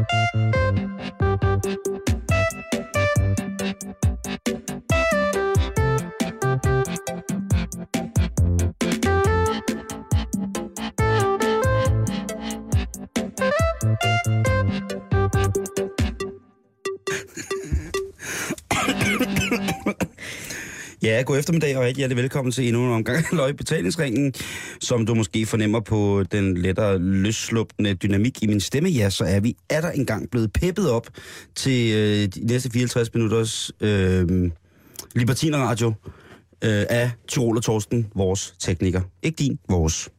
Ja, god eftermiddag og rigtig hjertelig velkommen til endnu en omgang af Løg Betalingsringen. Som du måske fornemmer på den lettere løsslupende dynamik i min stemme, ja, så er vi der engang blevet peppet op til de næste 54 minutters Libertiner-radio af Tyrol og Torsten, vores tekniker. Ikke din, vores.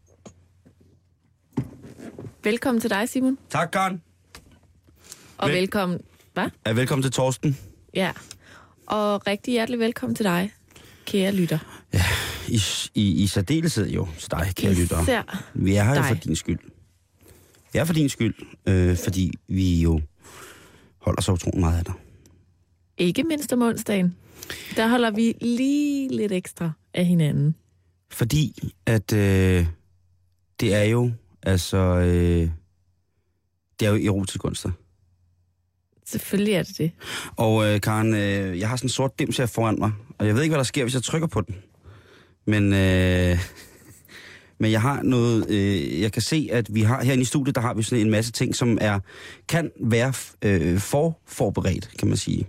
Velkommen til dig, Simon. Tak, Karen. Og velkommen... Hvad? Ja, velkommen til Torsten. Ja, og rigtig hjertelig velkommen til dig, kære lytter. Ja, i særdeleshed jo til dig, kære lytter. Vi er her jo for din skyld. Vi er for din skyld, fordi vi jo holder så utroligt meget af dig. Ikke mindst om onsdagen. Der holder vi lige lidt ekstra af hinanden. Fordi at det er jo, altså, det er jo erotisk onsdag. Selvfølgelig er det det. Og Karen, jeg har sådan en sort dims her foran mig, og jeg ved ikke, hvad der sker, hvis jeg trykker på den. Men jeg har noget, jeg kan se, at vi har herinde i studiet, der har vi sådan en masse ting, som kan være forberedt, kan man sige.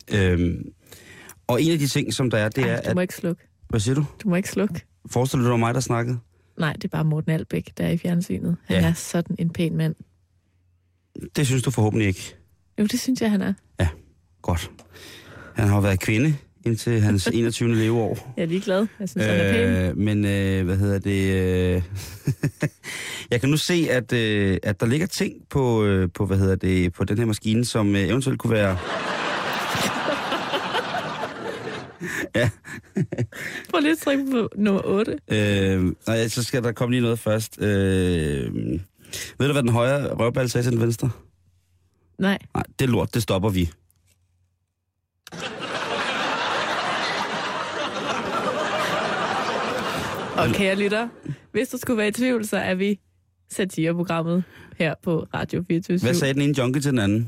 Og en af de ting, som der er, det er, at... Du må ikke slukke. Hvad siger du? Du må ikke slukke. Forestiller du dig mig, der snakkede? Nej, det er bare Morten Albæk, der er i fjernsynet. Han er sådan en pæn mand. Det synes du forhåbentlig ikke. Jo, det synes jeg, han er. Ja, godt. Han har været kvinde indtil hans 21. leveår. Jeg er ligeglad. Jeg synes, han er pæn. Men, hvad hedder det... jeg kan nu se, at der ligger ting på, hvad hedder det, på den her maskine, som eventuelt kunne være... ja. Prøv lige at trykke på nummer 8. Nej, så skal der komme lige noget først. Ved du, hvad den højre røvball sagde til den venstre? Nej. Nej, det er lort, det stopper vi. Og kære lytter, hvis du skulle være i tvivl, så er vi satireprogrammet her på Radio 24/7. Hvad sagde den ene junkie til den anden?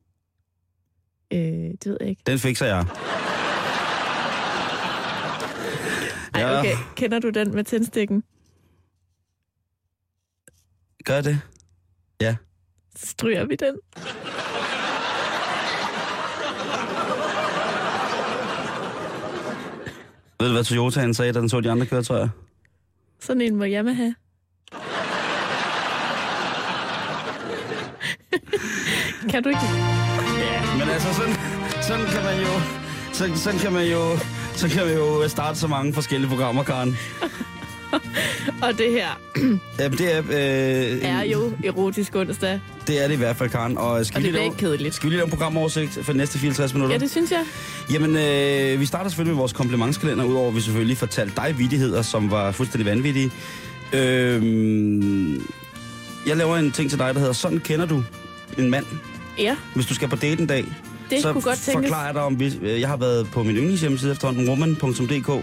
Det ved jeg ikke. Den fikser jeg. Ej, okay. Kender du den med tændstikken? Gør det? Ja. Så stryger vi den. Ved du, hvad Toyotaen sagde, da den så de andre køretøjer? Sådan en må Yamaha have. Kan du ikke? Ja, men altså sådan kan man jo... Så kan man jo starte så mange forskellige programmer, Karen. Og det her jamen, det er jo erotisk onsdag. Det er det i hvert fald, Karen. Og det bliver ikke kedeligt. Skal vi lige lave en programoversigt for de næste 54 minutter? Ja, det synes jeg. Jamen, vi starter selvfølgelig med vores komplimentskalender, udover at vi selvfølgelig fortalte dig vittigheder, som var fuldstændig vanvittige. Jeg laver en ting til dig, der hedder, sådan kender du en mand. Ja. Hvis du skal på date en dag, det så kunne godt tænkes. forklarer jeg dig om, jeg har været på min yndlingshjemmeside efterhånden, woman.dk.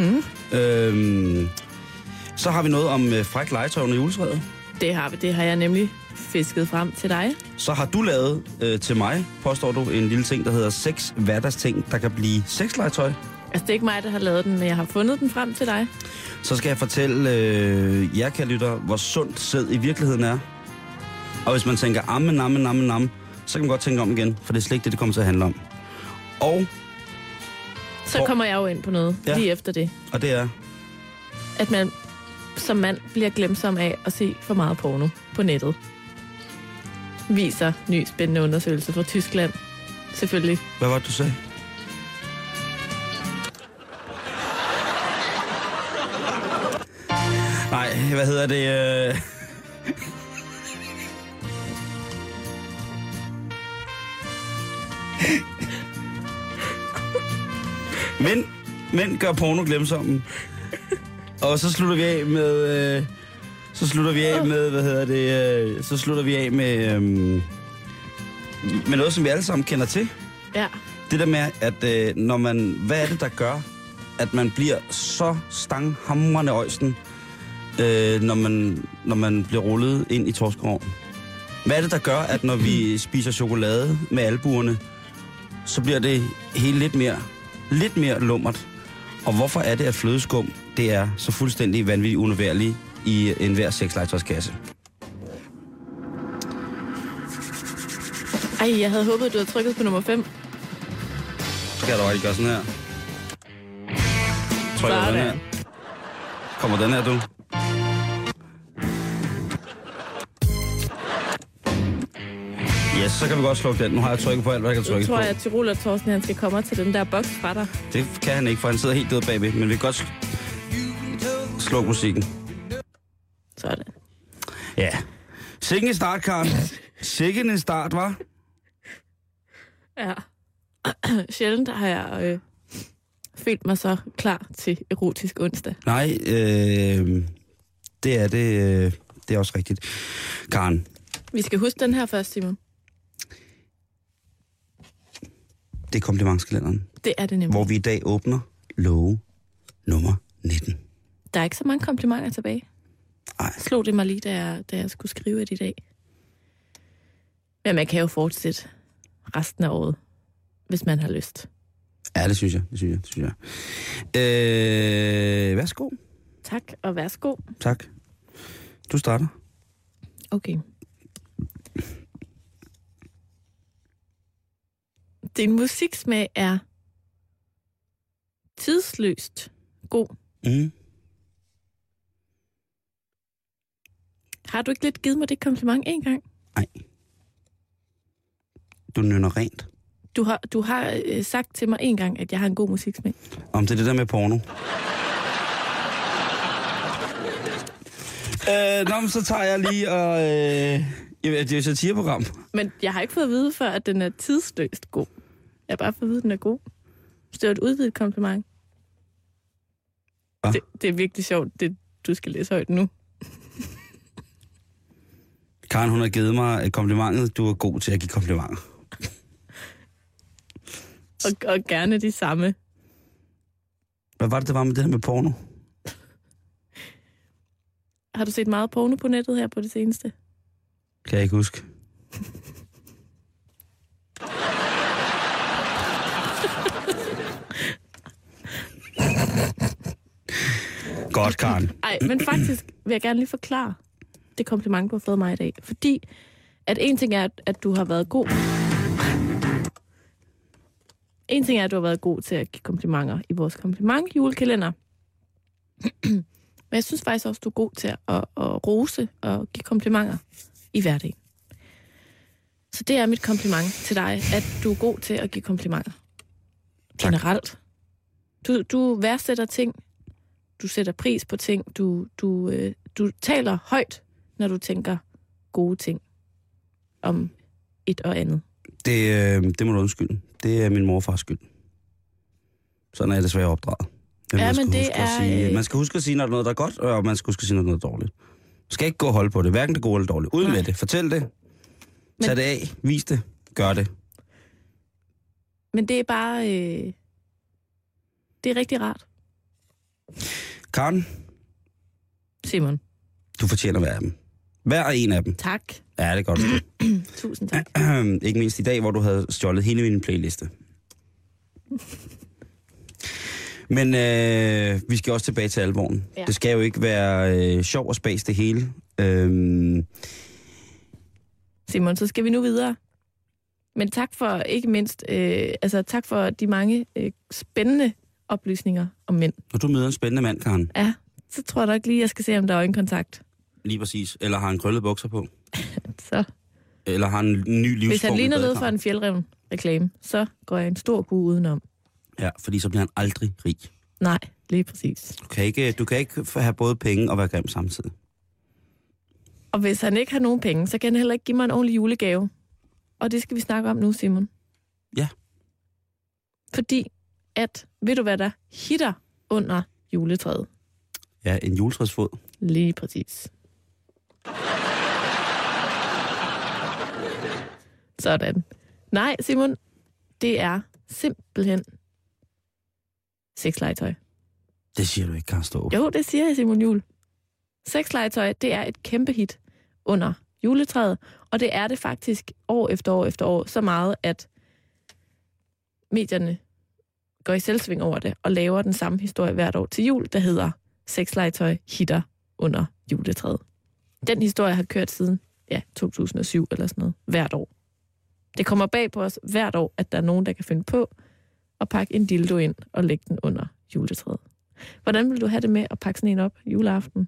Så har vi noget om fræk legetøj under juletræet. Det har vi. Det har jeg nemlig fisket frem til dig. Så har du lavet til mig, påstår du, en lille ting, der hedder 6 hverdagsting, der kan blive sexlegetøj. Altså, det er ikke mig, der har lavet den, men jeg har fundet den frem til dig. Så skal jeg fortælle jer, kære lytter, hvor sundt sæd i virkeligheden er. Og hvis man tænker, amme, så kan man godt tænke om igen, for det er slet ikke det, det kommer til at handle om. Og... Så kommer jeg jo ind på noget lige efter det. Og det er? At man som mand bliver glemsom af at se for meget porno på nettet. Viser ny spændende undersøgelse fra Tyskland. Selvfølgelig. Hvad var det, du sagde? Nej, hvad hedder det? Mænd gør porno glemsomme. Og så slutter vi af med... Så slutter vi af med noget, som vi alle sammen kender til. Ja. Det der med, at hvad er det, der gør, at man bliver så stanghamrende øjsen, når man bliver rullet ind i torskerovnen? Hvad er det, der gør, at når vi spiser chokolade med albuerne, så bliver det helt lidt mere lummert? Og hvorfor er det, at flødeskum, det er så fuldstændig vanvittigt unødværligt i enhver sexlegetøjskasse? Ej, jeg havde håbet, du havde trykket på nummer 5. Skal jeg da bare gøre sådan her? Trykker den her. Kommer den her, du? Yes, så kan vi godt slukke den. Nu har jeg trykket på alt, hvad jeg kan trykke på. Jeg tror, at Tyroler Thorsten, han skal komme og tage den der boks fra dig. Det kan han ikke, for han sidder helt død bagved. Men vi kan godt slukke musikken. Sådan. Ja. Sikke en start, Karen. Sikke en start, hva'? Ja. Sjældent har jeg følt mig så klar til erotisk onsdag. Nej, det er også rigtigt. Karen. Vi skal huske den her først, Simon. Det er komplimentskalenderen. Det er det nemlig. Hvor vi i dag åbner låge nummer 19. Der er ikke så mange komplimenter tilbage. Nej. Slog det mig lige, da jeg skulle skrive det i dag. Men man kan jo fortsætte resten af året, hvis man har lyst. Ja, det synes jeg. Værsgo. Tak, og værsgo. Tak. Du starter. Okay. Din musiksmag er tidsløst god. Mm. Har du ikke lidt givet mig det kompliment en gang? Nej. Du nynner rent. Du har sagt til mig en gang, at jeg har en god musiksmag. Om det er det der med porno. Men så tager jeg lige og... det er jo et satireprogram. Men jeg har ikke fået at vide før, at den er tidsløst god. Jeg har bare fået at vide, at den er god. Så det var et udvidet kompliment. Det er virkelig sjovt, det du skal læse højt nu. Karen, hun har givet mig komplimentet. Du er god til at give komplimenter. Og gerne de samme. Hvad var det var med det her med porno? Har du set meget porno på nettet her på det seneste? Kan jeg ikke huske. Godt, Karen. Ej, men faktisk vil jeg gerne lige forklare det kompliment, du har fået mig i dag. Fordi at en ting er, at du har været god. En ting er, at du har været god til at give komplimenter i vores kompliment-julekalender. Men jeg synes faktisk også, du er god til at rose og give komplimenter i hverdagen. Så det er mit kompliment til dig, at du er god til at give komplimenter. Tak. Generelt. Du værdsætter ting. Du sætter pris på ting. Du taler højt, når du tænker gode ting om et og andet. Det må du undskylde. Det er min morfars skyld. Sådan er jeg desværre opdraget. Man skal huske at sige, når der er noget, der er godt, og man skal huske at sige, når der er noget dårligt. Man skal ikke gå og holde på det, hverken det gode eller dårligt. Ud med det. Fortæl det. Tag det af. Vis det. Gør det. Men det er bare... det er rigtig rart. Karen. Simon. Du fortjener hver af dem. Hver en af dem. Tak. Ja, det er godt. Tusind tak. Ikke mindst i dag, hvor du havde stjålet hele min playliste. Men vi skal også tilbage til alvoren. Ja. Det skal jo ikke være sjov og spas det hele. Simon, så skal vi nu videre. Men tak for ikke mindst, tak for de mange spændende oplysninger om mænd. Og du møder en spændende mand, Karen. Ja, så tror jeg nok lige, jeg skal se, om der er øjenkontakt. Lige præcis. Eller har han krøllet bukser på. Så. Eller har han en ny livsform. Hvis han ligner noget for en fjeldreven-reklame, så går jeg en stor bue udenom. Ja, fordi så bliver han aldrig rig. Nej, lige præcis. Du kan ikke have både penge og være grim samtidig. Og hvis han ikke har nogen penge, så kan han heller ikke give mig en ordentlig julegave. Og det skal vi snakke om nu, Simon. Ja. Fordi ved du hvad der hitter under juletræet? Ja, en juletræsfod. Lige præcis. Sådan. Nej, Simon, det er simpelthen sexlegetøj. Det siger du ikke, Karen Staarup. Jo, det siger jeg, Simon Juhl. Sexlegetøj, det er et kæmpe hit under juletræet. Og det er det faktisk år efter år efter år, så meget, at medierne går i selvsving over det, og laver den samme historie hvert år til jul, der hedder sexlegetøj hitter under juletræet. Den historie har kørt siden 2007 eller sådan noget, hvert år. Det kommer bag på os hvert år, at der er nogen, der kan finde på at pakke en dildo ind og lægge den under juletræet. Hvordan vil du have det med at pakke sådan en op juleaften?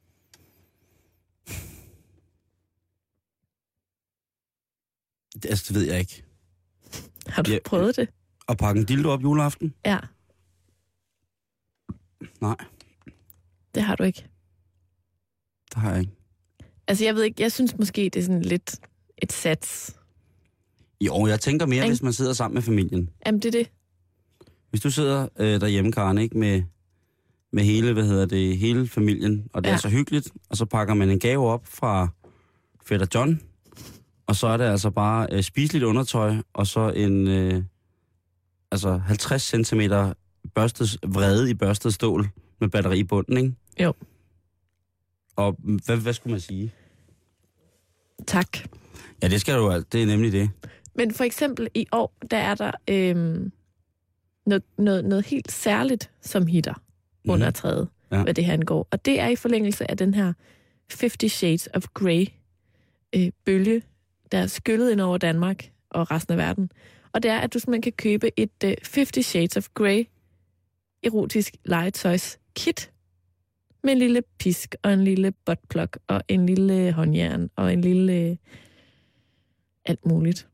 Det ved jeg ikke. Har du prøvet det? At pakke en dildo op juleaften? Ja. Nej. Det har du ikke. Det har jeg ikke. Altså, jeg ved ikke, jeg synes måske, det er sådan lidt et sats. Jo, jeg tænker mere, hvis man sidder sammen med familien. Jamen, det er det. Hvis du sidder derhjemme, Karen, ikke, med hele, hele familien, og det er så hyggeligt, og så pakker man en gave op fra fætter John, og så er det altså bare spiseligt undertøj, og så en 50 cm vrede i børstet stål med batteri i bunden, ikke? Jo. Og hvad skulle man sige? Tak. Ja, det skal du alt. Det er nemlig det. Men for eksempel i år, der er der noget helt særligt, som hitter under træet, hvad det her angår. Og det er i forlængelse af den her 50 Shades of Grey bølge, der er skyllet ind over Danmark og resten af verden. Og det er, at du simpelthen kan købe et 50 Shades of Grey erotisk legetøjs-kit med en lille pisk og en lille buttplug og en lille håndjern og en lille alt muligt.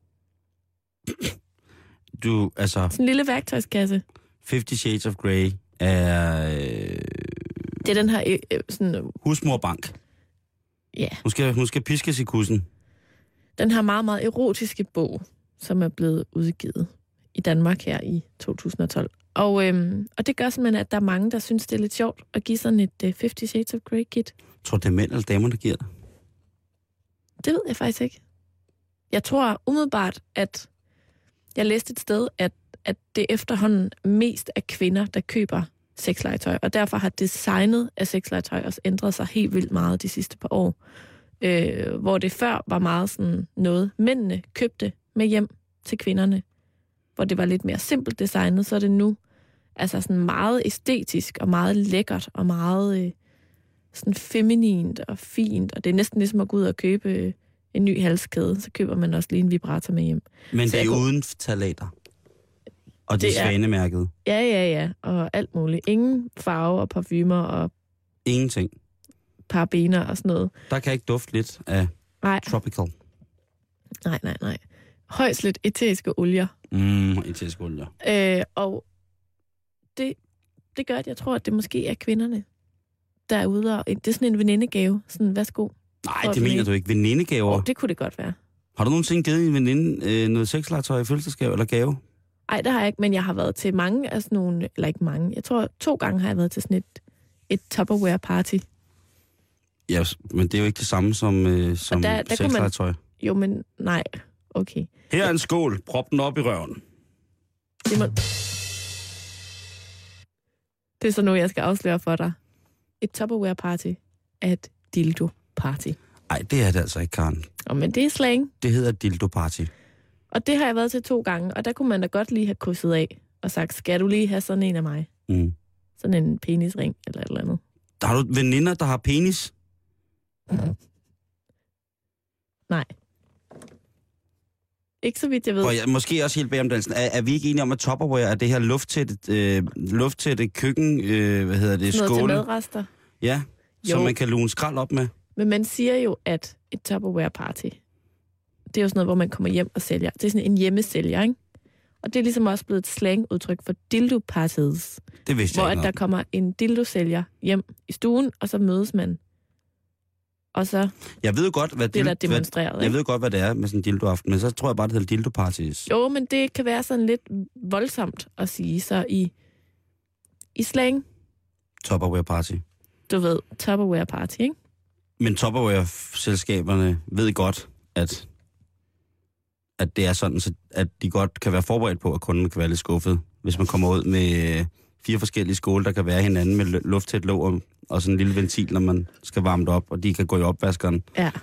Sådan en lille værktøjskasse. 50 Shades of Grey er... Det er den her... sådan, husmorbank. Ja. Hun skal piskes i kussen. Den her meget, meget erotiske bog, som er blevet udgivet i Danmark her i 2012. Og det gør simpelthen, at der er mange, der synes, det er lidt sjovt at give sådan et 50 Shades of Grey-kit. Tror du, det er mænd eller damer, der giver det? Det ved jeg faktisk ikke. Jeg tror umiddelbart, at jeg læste et sted, at det efterhånden mest er kvinder, der køber sexlegetøj, og derfor har designet af sexlegetøj også ændret sig helt vildt meget de sidste par år. Hvor det før var meget sådan noget, mændene købte med hjem til kvinderne, hvor det var lidt mere simpelt designet, så er det nu altså sådan meget æstetisk og meget lækkert og meget sådan feminint og fint, og det er næsten ligesom at gå ud og købe en ny halskæde, så køber man også lige en vibrator med hjem. Men det er uden ftalater. Og det er svanemærket. Ja, og alt muligt. Ingen farve og parfumer og... Ingenting. Parabener og sådan noget. Der kan ikke dufte lidt af tropical. Nej. Højst lidt æteriske olier. Æteriske olier. Og det gør, at jeg tror, at det måske er kvinderne, der er ude og... Det er sådan en venindegave. Sådan, værsgo. Nej, det mener du ikke. Venindegaver? Det kunne det godt være. Har du nogensinde givet en veninde noget sexlegetøj i fødselsdagsgave eller gave? Nej, det har jeg ikke, men jeg har været til mange af sådan nogle... Eller ikke mange. Jeg tror, 2 gange har jeg været til sådan et Tupperware party. Ja, men det er jo ikke det samme som sexlegetøj. Jo, men nej. Okay. Her er en skål. Prop den op i røven. Det er så nu, jeg skal afsløre for dig. Et Tupperware party er et dildo party. Nej, det er det altså ikke, Karen. Men det er slang. Det hedder dildo party. Og det har jeg været til 2 gange, og der kunne man da godt lige have krydset af og sagt, skal du lige have sådan en af mig? Sådan en penisring eller et eller andet. Der har du veninder, der har penis? Nej. Ikke så vidt, jeg ved. Måske også helt bag om dansen. Er vi ikke enige om, at Tupperware er det her lufttætte køkken, skåle? Noget til madrester. Ja, som man kan lune skrald op med. Men man siger jo, at et Tupperware party, det er jo sådan noget, hvor man kommer hjem og sælger. Det er sådan en hjemmesælger, ikke? Og det er ligesom også blevet et slangudtryk for dildo-parties. Det vidste jeg ikke. Hvor der kommer en dildo-sælger hjem i stuen, og så mødes man. Og så jeg ved godt, hvad det der demonstreret. Jeg ved godt, hvad det er med sådan en dildo-aften, men så tror jeg bare, det hedder dildo-parties. Jo, men det kan være sådan lidt voldsomt at sige, så i slang. Tupperware party. Du ved, Tupperware party, ikke? Men Tupperware-selskaberne ved godt, at det er sådan, at de godt kan være forberedt på, at kunden kan være lidt skuffet, hvis man kommer ud med 4 forskellige skåle, der kan være hinanden med lufttæt låg og sådan en lille ventil, når man skal varme det op, og de kan gå i opvaskeren. Ja.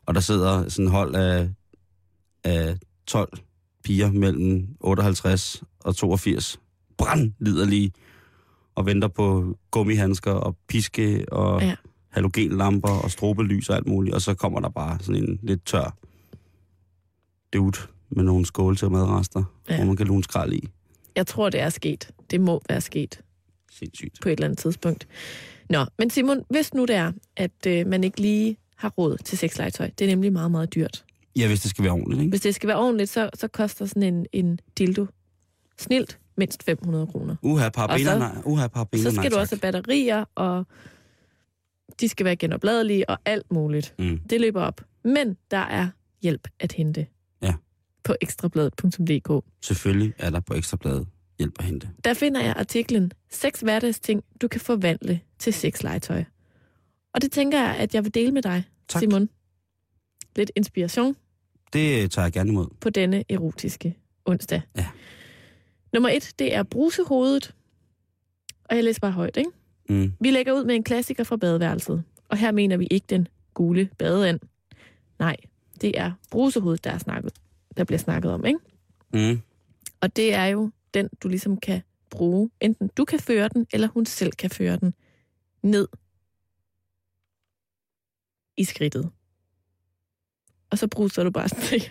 og der sidder sådan en hold af 12 piger mellem 58 og 82, brandliderlige, og venter på gummihandsker og piske og halogenlamper og strobelys og alt muligt, og så kommer der bare sådan en lidt tør dude med nogle skåle til madrester, hvor man kan lune skrald i. Jeg tror, det er sket. Det må være sket. Sindssygt. På et eller andet tidspunkt. Nå, men Simon, hvis nu det er, at man ikke lige har råd til sexlegetøj, det er nemlig meget, meget dyrt. Ja, hvis det skal være ordentligt, ikke? Hvis det skal være ordentligt, så koster sådan en dildo snilt mindst 500 kroner. Parabener, så skal du også have batterier, og de skal være genopladelige og alt muligt. Det løber op. Men der er hjælp at hente. Ja. På ekstrabladet.dk. Selvfølgelig er der på Ekstrabladet hjælp at hente. Der finder jeg artiklen 6 hverdagsting, du kan forvandle til sexlegetøj. Og det tænker jeg, at jeg vil dele med dig, tak. Simon. Lidt inspiration. Det tager jeg gerne imod. På denne erotiske onsdag. Ja. Nummer 1, det er brusehovedet. Og jeg læser bare højt, ikke? Vi lægger ud med en klassiker fra badeværelset. Og her mener vi ikke den gule badeand. Nej, det er brusehovedet, der bliver snakket om, ikke? Og det er jo den, du ligesom kan bruge. Enten du kan føre den, eller hun selv kan føre den ned i skridtet. Og så bruser du bare sådan.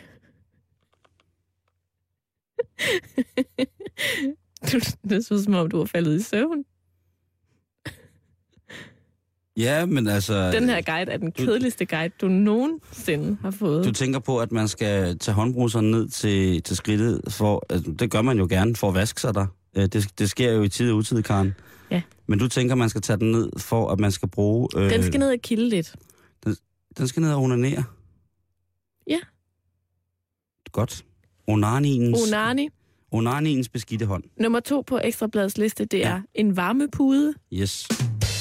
Det så som om, du var faldet i søvn. Ja, men altså... Den her guide er den kedeligste guide, du nogensinde har fået. Du tænker på, at man skal tage håndbruseren ned til skridtet, det gør man jo gerne for at vaske sig der. Det sker jo i tid og utid, Karen. Ja. Men du tænker, man skal tage den ned, for at man skal bruge... Den skal ned og kilde lidt. Den skal ned og onanere? Ja. Godt. Onaniens beskidte hånd. Nummer 2 på Ekstrabladets liste, det er en varmepude. Yes.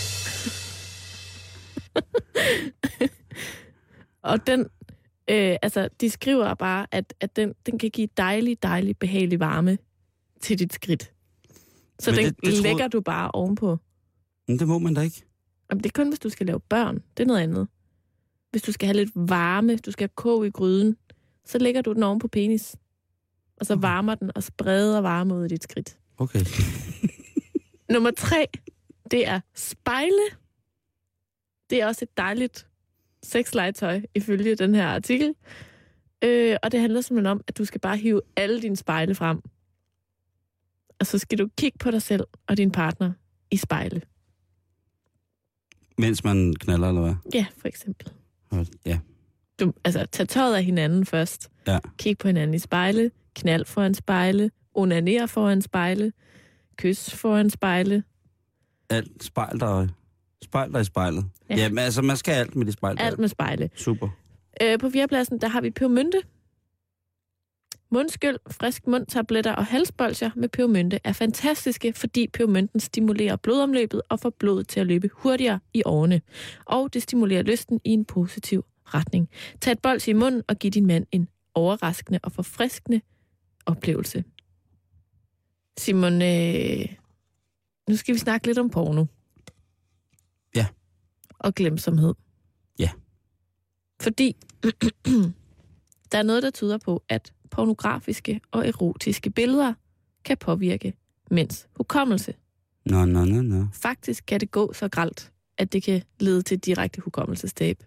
Og den, de skriver bare, at den kan give dejlig, behagelig varme til dit skridt. Så men den lægger du bare ovenpå. Men det må man da ikke. Jamen, det er kun, hvis du skal lave børn. Det er noget andet. Hvis du skal have lidt varme, du skal have kog i gryden, så lægger du den oven på penis. Og så varmer den og spreder varme ud i dit skridt. Okay. Nummer 3, det er spejle. Det er også et dejligt sexlegetøj, ifølge den her artikel. Og det handler simpelthen om, at du skal bare hive alle dine spejle frem. Og så skal du kigge på dig selv og din partner i spejle. Mens man knaller, eller hvad? Ja, for eksempel. Ja. Tag tøjet af hinanden først. Ja. Kig på hinanden i spejle. Knald foran spejle. Onaner foran spejle. Kys foran spejle. Alt spejl der i spejlet. Ja. Jamen, altså, man skal alt med det spejl. Alt med spejle. Super. På 4. pladsen, der har vi pebermynte. Mundskyld, frisk mundtabletter og halsbolcher med pebermynte er fantastiske, fordi pebermynten stimulerer blodomløbet og får blodet til at løbe hurtigere i årene. Og det stimulerer lysten i en positiv retning. Tag et bolsje i munden og giv din mand en overraskende og forfriskende oplevelse. Simon, nu skal vi snakke lidt om porno. Ja. Og glemsomhed. Ja. Fordi der er noget, der tyder på, at pornografiske og erotiske billeder kan påvirke mænds hukommelse. Nå. Faktisk kan det gå så grelt, at det kan lede til direkte hukommelsestab.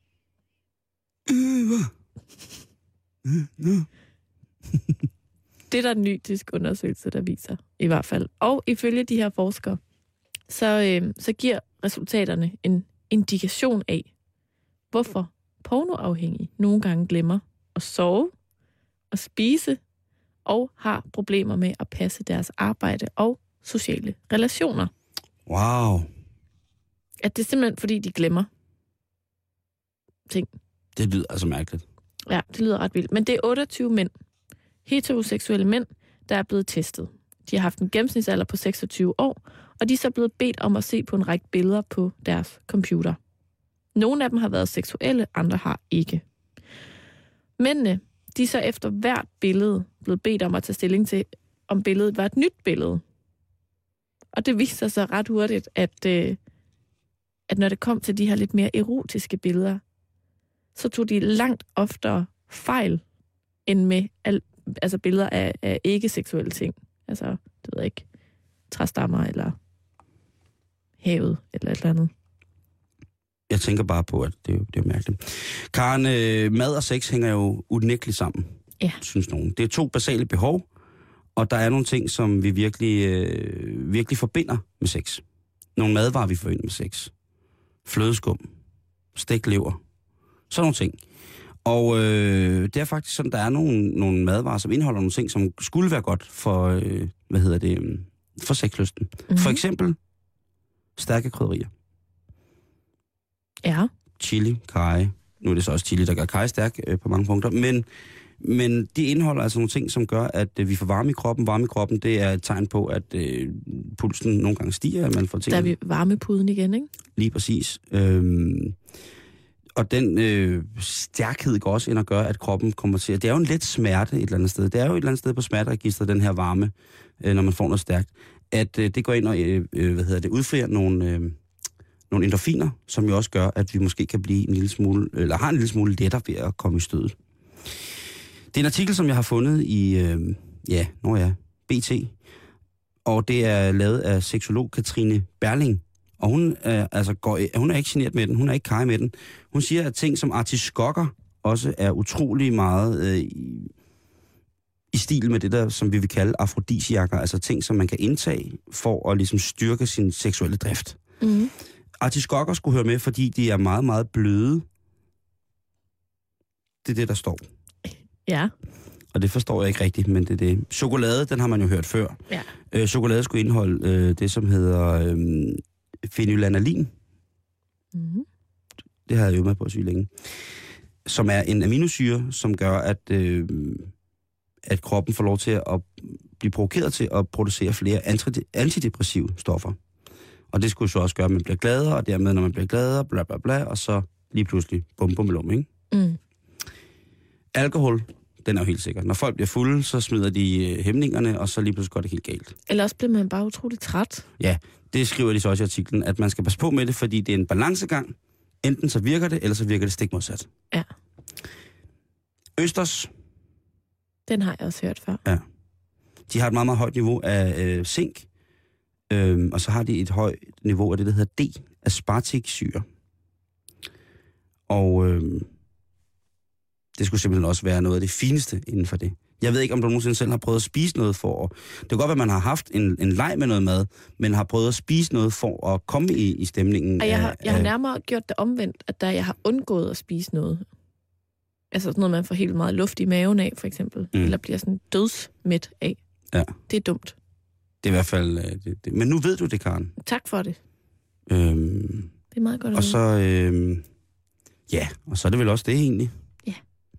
Det er der en ny tysk undersøgelse, der viser, i hvert fald. Og ifølge de her forskere, så giver resultaterne en indikation af, hvorfor pornoafhængige nogle gange glemmer at sove og spise og har problemer med at passe deres arbejde og sociale relationer. Wow. At det er simpelthen, fordi de glemmer ting. Det lyder altså mærkeligt. Ja, det lyder ret vildt. Men det er 28 mænd, heteroseksuelle mænd, der er blevet testet. De har haft en gennemsnitsalder på 26 år, og de er så blevet bedt om at se på en række billeder på deres computer. Nogle af dem har været seksuelle, andre har ikke. Mændene, de er så efter hvert billede blevet bedt om at tage stilling til, om billedet var et nyt billede. Og det viser sig ret hurtigt, at når det kom til de her lidt mere erotiske billeder, så tog de langt oftere fejl, end med billeder af ikke-seksuelle ting. Altså, det ved jeg ikke, træstammer eller havet eller et eller andet. Jeg tænker bare på, at det er mærkeligt. Karen, mad og sex hænger jo unægteligt sammen, synes nogen. Det er 2 basale behov, og der er nogle ting, som vi virkelig forbinder med sex. Nogle madvarer, vi forbinder med sex. Flødeskum, stegt lever, sådan nogle ting. Og det er faktisk sådan, der er nogle madvarer, som indeholder nogle ting, som skulle være godt for, for sexlysten. Mm-hmm. For eksempel stærke krydderier. Ja. Chili, karry. Nu er det så også chili, der gør karry stærk på mange punkter. Men de indeholder altså nogle ting, som gør, at vi får varme i kroppen. Varme i kroppen, det er et tegn på, at pulsen nogle gange stiger, at man får ting. Der er vi varmepuden igen, ikke? Lige præcis. Og den stærkhed går også ind og gør, at kroppen kommer til... Det er jo en let smerte et eller andet sted. Det er jo et eller andet sted på smerteregistret, den her varme, når man får noget stærkt. At det går ind og udfrier nogle endorfiner, som jo også gør, at vi måske kan blive en lille smule, eller har en lille smule lettere ved at komme i stødet. Det er en artikel, som jeg har fundet i, BT, og det er lavet af seksolog Katrine Berling. Og hun er ikke genert med den, hun er ikke kaj med den. Hun siger, at ting som artiskokker også er utrolig meget i stil med det der, som vi vil kalde afrodisiakker, altså ting, som man kan indtage for at ligesom styrke sin seksuelle drift. Mm. Artiskokker skulle høre med, fordi de er meget, meget bløde. Det er det, der står. Ja. Og det forstår jeg ikke rigtigt, men det er det. Chokolade, den har man jo hørt før. Ja. Chokolade skulle indeholde det, som hedder phenylalanine. Mm-hmm. Det har jeg jo med på at sige længe. Som er en aminosyre, som gør, at kroppen får lov til at blive provokeret til at producere flere antidepressive stoffer. Og det skulle så også gøre, at man bliver gladere, og dermed, når man bliver gladere, bla bla bla, og så lige pludselig bum bum lum, ikke? Mm. Alkohol, den er jo helt sikker. Når folk bliver fulde, så smider de hæmningerne, og så lige pludselig går det helt galt. Eller også bliver man bare utroligt træt. Ja, det skriver de så også i artiklen, at man skal passe på med det, fordi det er en balancegang. Enten så virker det, eller så virker det stik modsat. Ja. Østers. Den har jeg også hørt før. Ja. De har et meget, meget højt niveau af zink, og så har de et højt niveau af det, der hedder D-aspartiksyre. Og det skulle simpelthen også være noget af det fineste inden for det. Jeg ved ikke, om du nogensinde selv har prøvet at spise noget for... Det kan godt være, at man har haft en leg med noget mad, men har prøvet at spise noget for at komme i stemningen. Og jeg har nærmere gjort det omvendt, at jeg har undgået at spise noget. Altså sådan noget, man får helt meget luft i maven af, for eksempel. Mm. Eller bliver sådan dødsmæt af. Ja. Det er dumt. Det er i hvert fald... det. Men nu ved du det, Karen. Tak for det. Det er meget godt at og så, og så er det vel også det egentlig. Ja.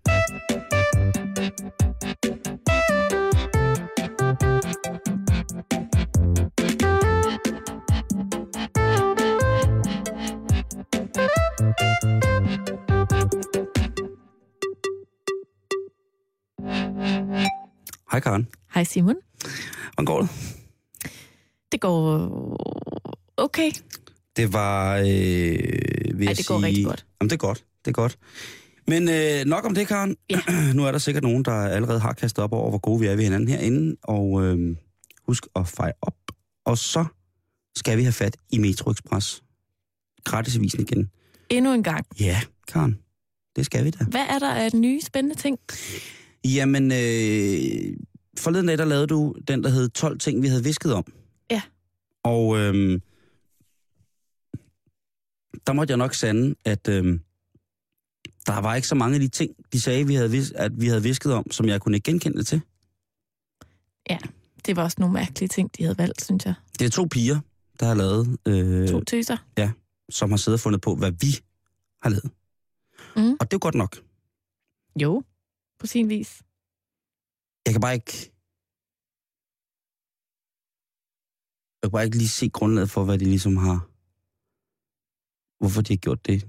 Hej Karen. Hej Simon. Hvordan går det? Det går okay. Det var, det går rigtig godt. Jamen det er godt, det er godt. Men nok om det, Karen. Ja. Nu er der sikkert nogen, der allerede har kastet op over, hvor gode vi er ved hinanden herinde. Og husk at fejre op. Og så skal vi have fat i Metro Express. Gratisavisen igen. Endnu en gang. Ja, Karen. Det skal vi da. Hvad er der af nye spændende ting? Jamen, forleden dag, der lavede du den, der hed 12 ting, vi havde visket om. Ja. Og der måtte jeg nok sande, at der var ikke så mange af de ting, de sagde, vi havde visket om, som jeg kunne ikke genkende det til. Ja, det var også nogle mærkelige ting, de havde valgt, synes jeg. Det er 2 piger, der har lavet... 2 tøser? Ja, som har siddet og fundet på, hvad vi har lavet. Mm. Og det er godt nok. Jo, på sin vis. Jeg kan bare ikke lige se grundlaget for, hvad de ligesom har... Hvorfor de har gjort det.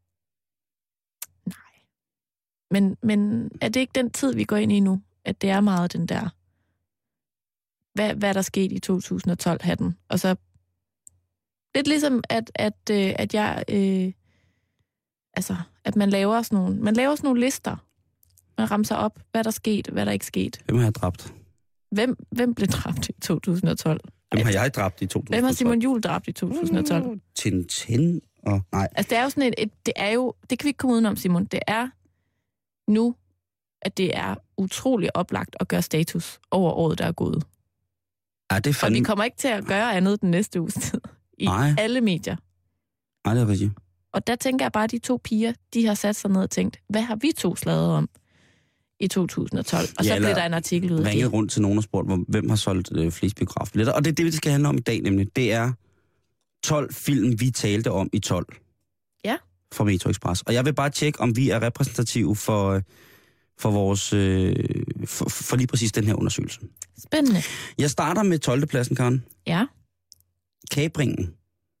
Nej. Men er det ikke den tid, vi går ind i nu? At det er meget den der... Hvad der skete i 2012-hatten? Og så... Lidt ligesom, at jeg... at man laver sådan nogle lister. Man ramser op, hvad der skete, hvad der ikke skete. Hvem har jeg dræbt? Hvem blev dræbt i 2012? Hvem har jeg dræbt i 2012? Hvem har Simon Juhl dræbt i 2012? Tintin og... Nej. Altså, det er jo sådan det kan vi ikke komme udenom, Simon. Det er nu, at det er utrolig oplagt at gøre status over året, der er gået. Ja, det er fandme... Og vi kommer ikke til at gøre andet den næste uges tid. I alle medier. Nej, det er rigtigt. Og der tænker jeg bare, at de 2 piger, de har sat sig ned og tænkt, hvad har vi 2 sladret om i 2012? Og så blev der en artikel ud af det. Ringet rundt til nogen og spurgt, hvem har solgt flest biografbilletter. Og det er det, vi skal handle om i dag, nemlig. Det er 12 film, vi talte om i 12. Ja. Fra Metro Express. Og jeg vil bare tjekke, om vi er repræsentative for vores... for lige præcis den her undersøgelse. Spændende. Jeg starter med 12. pladsen, Karen. Ja. Kapringen.